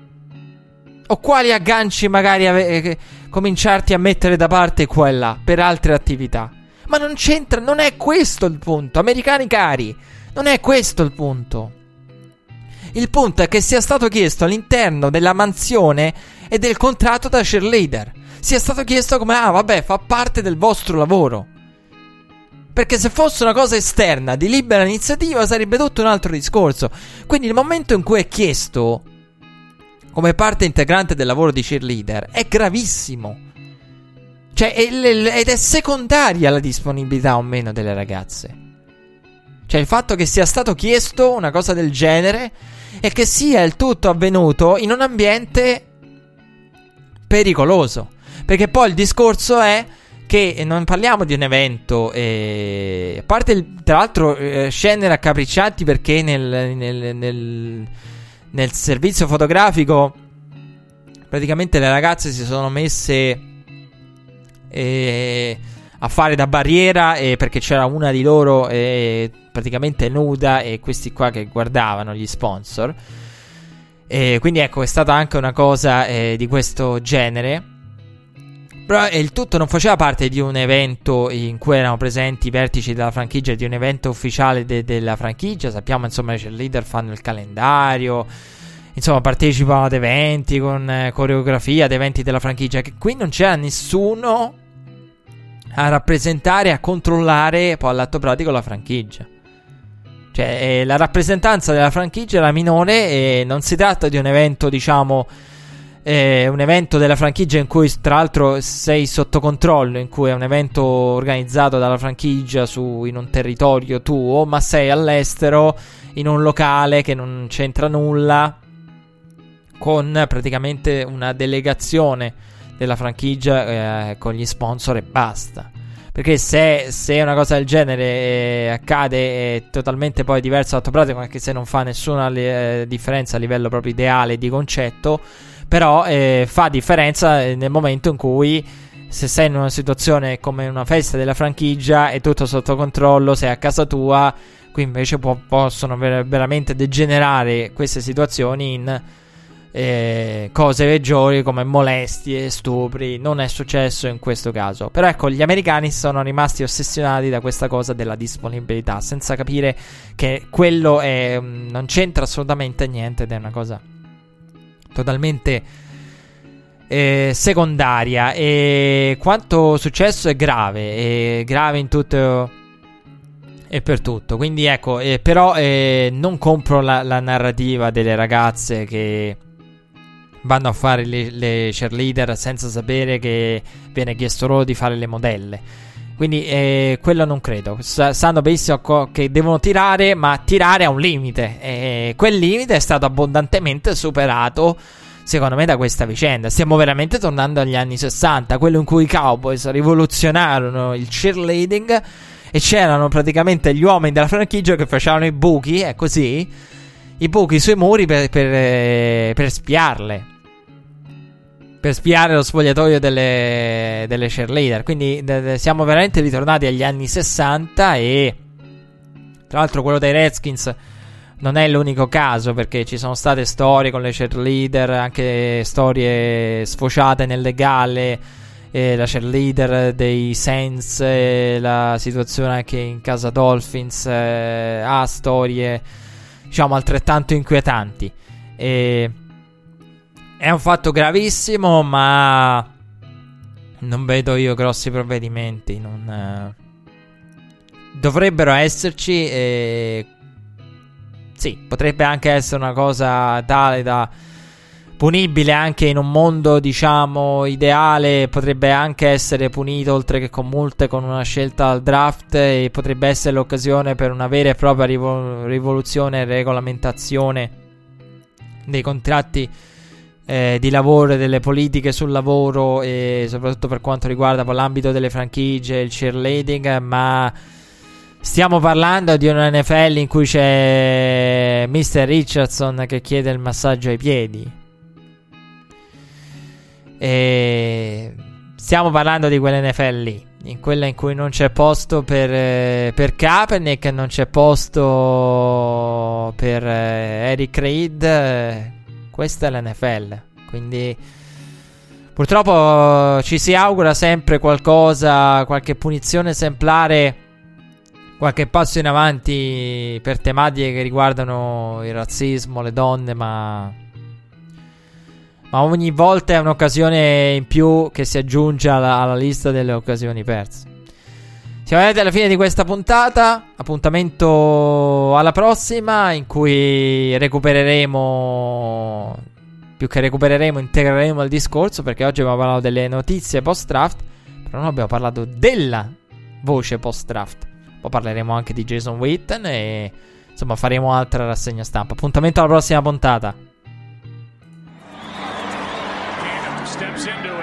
o quali agganci magari cominciarti a mettere da parte qua e là per altre attività. Ma non c'entra, non è questo il punto, americani cari, non è questo il punto. Il punto è che sia stato chiesto all'interno della mansione e del contratto da cheerleader, sia stato chiesto come vabbè, fa parte del vostro lavoro. Perché se fosse una cosa esterna di libera iniziativa sarebbe tutto un altro discorso. Quindi il momento in cui è chiesto come parte integrante del lavoro di cheerleader è gravissimo. Cioè ed è secondaria la disponibilità o meno delle ragazze. Cioè il fatto che sia stato chiesto una cosa del genere e che sia il tutto avvenuto in un ambiente pericoloso. Perché poi il discorso è che non parliamo di un evento, a parte tra l'altro scene raccapriccianti, perché nel servizio fotografico praticamente le ragazze si sono messe a fare da barriera, perché c'era una di loro praticamente nuda e questi qua che guardavano gli sponsor. Quindi ecco, è stata anche una cosa di questo genere. Però il tutto non faceva parte di un evento in cui erano presenti i vertici della franchigia, di un evento ufficiale della franchigia. Sappiamo, insomma, i cheerleader fanno il calendario, insomma, partecipano ad eventi con coreografia, ad eventi della franchigia. Che qui non c'era nessuno a rappresentare, a controllare poi all'atto pratico la franchigia. Cioè, la rappresentanza della franchigia era minore, e non si tratta di un evento, diciamo, un evento della franchigia in cui tra l'altro sei sotto controllo, in cui è un evento organizzato dalla franchigia in un territorio tuo, ma sei all'estero in un locale che non c'entra nulla con praticamente una delegazione della franchigia con gli sponsor e basta. Perché se una cosa del genere accade, è totalmente poi diverso l'atto pratico, anche se non fa nessuna differenza a livello proprio ideale di concetto. Però fa differenza nel momento in cui, se sei in una situazione come una festa della franchigia, è tutto sotto controllo, sei a casa tua. Qui invece possono veramente degenerare queste situazioni in cose peggiori come molestie, stupri. Non è successo in questo caso. Però ecco, gli americani sono rimasti ossessionati da questa cosa della disponibilità, senza capire che quello non c'entra assolutamente niente ed è una cosa totalmente secondaria. E quanto successo è grave in tutto e per tutto. Quindi ecco, però non compro la narrativa delle ragazze che vanno a fare le cheerleader senza sapere che viene chiesto loro di fare le modelle. Quindi quello non credo. Sanno benissimo che devono tirare, ma tirare a un limite. Quel limite è stato abbondantemente superato, secondo me, da questa vicenda. Stiamo veramente tornando agli anni 60, quello in cui i Cowboys rivoluzionarono il cheerleading e c'erano praticamente gli uomini della franchigia che facevano i buchi, è così, i buchi sui muri per spiarle. Per spiare lo spogliatoio delle cheerleader. Quindi siamo veramente ritornati agli anni 60. E tra l'altro quello dei Redskins non è l'unico caso, perché ci sono state storie con le cheerleader, anche storie sfociate nel legale, la cheerleader dei Saints, la situazione anche in casa Dolphins ha storie, diciamo, altrettanto inquietanti. È un fatto gravissimo, ma non vedo io grossi provvedimenti. Dovrebbero esserci. Sì, potrebbe anche essere una cosa tale da punibile anche in un mondo, diciamo, ideale. Potrebbe anche essere punito, oltre che con multe, con una scelta al draft, e potrebbe essere l'occasione per una vera e propria rivoluzione e regolamentazione dei contratti di lavoro e delle politiche sul lavoro, e soprattutto per quanto riguarda poi l'ambito delle franchigie, il cheerleading. Ma stiamo parlando di una NFL in cui c'è Mr. Richardson che chiede il massaggio ai piedi, e stiamo parlando di quell'NFL lì, in quella in cui non c'è posto per Kaepernick, non c'è posto per Eric Reid. Questa è l'NFL. Quindi purtroppo ci si augura sempre qualcosa, qualche punizione esemplare, qualche passo in avanti per tematiche che riguardano il razzismo, le donne, ma ogni volta è un'occasione in più che si aggiunge alla lista delle occasioni perse. Siamo arrivati alla fine di questa puntata. Appuntamento alla prossima, in cui recupereremo, più che recupereremo, integreremo il discorso, perché oggi abbiamo parlato delle notizie post draft, però non abbiamo parlato della voce post draft. Poi parleremo anche di Jason Witten e insomma faremo altra rassegna stampa. Appuntamento alla prossima puntata. Steps into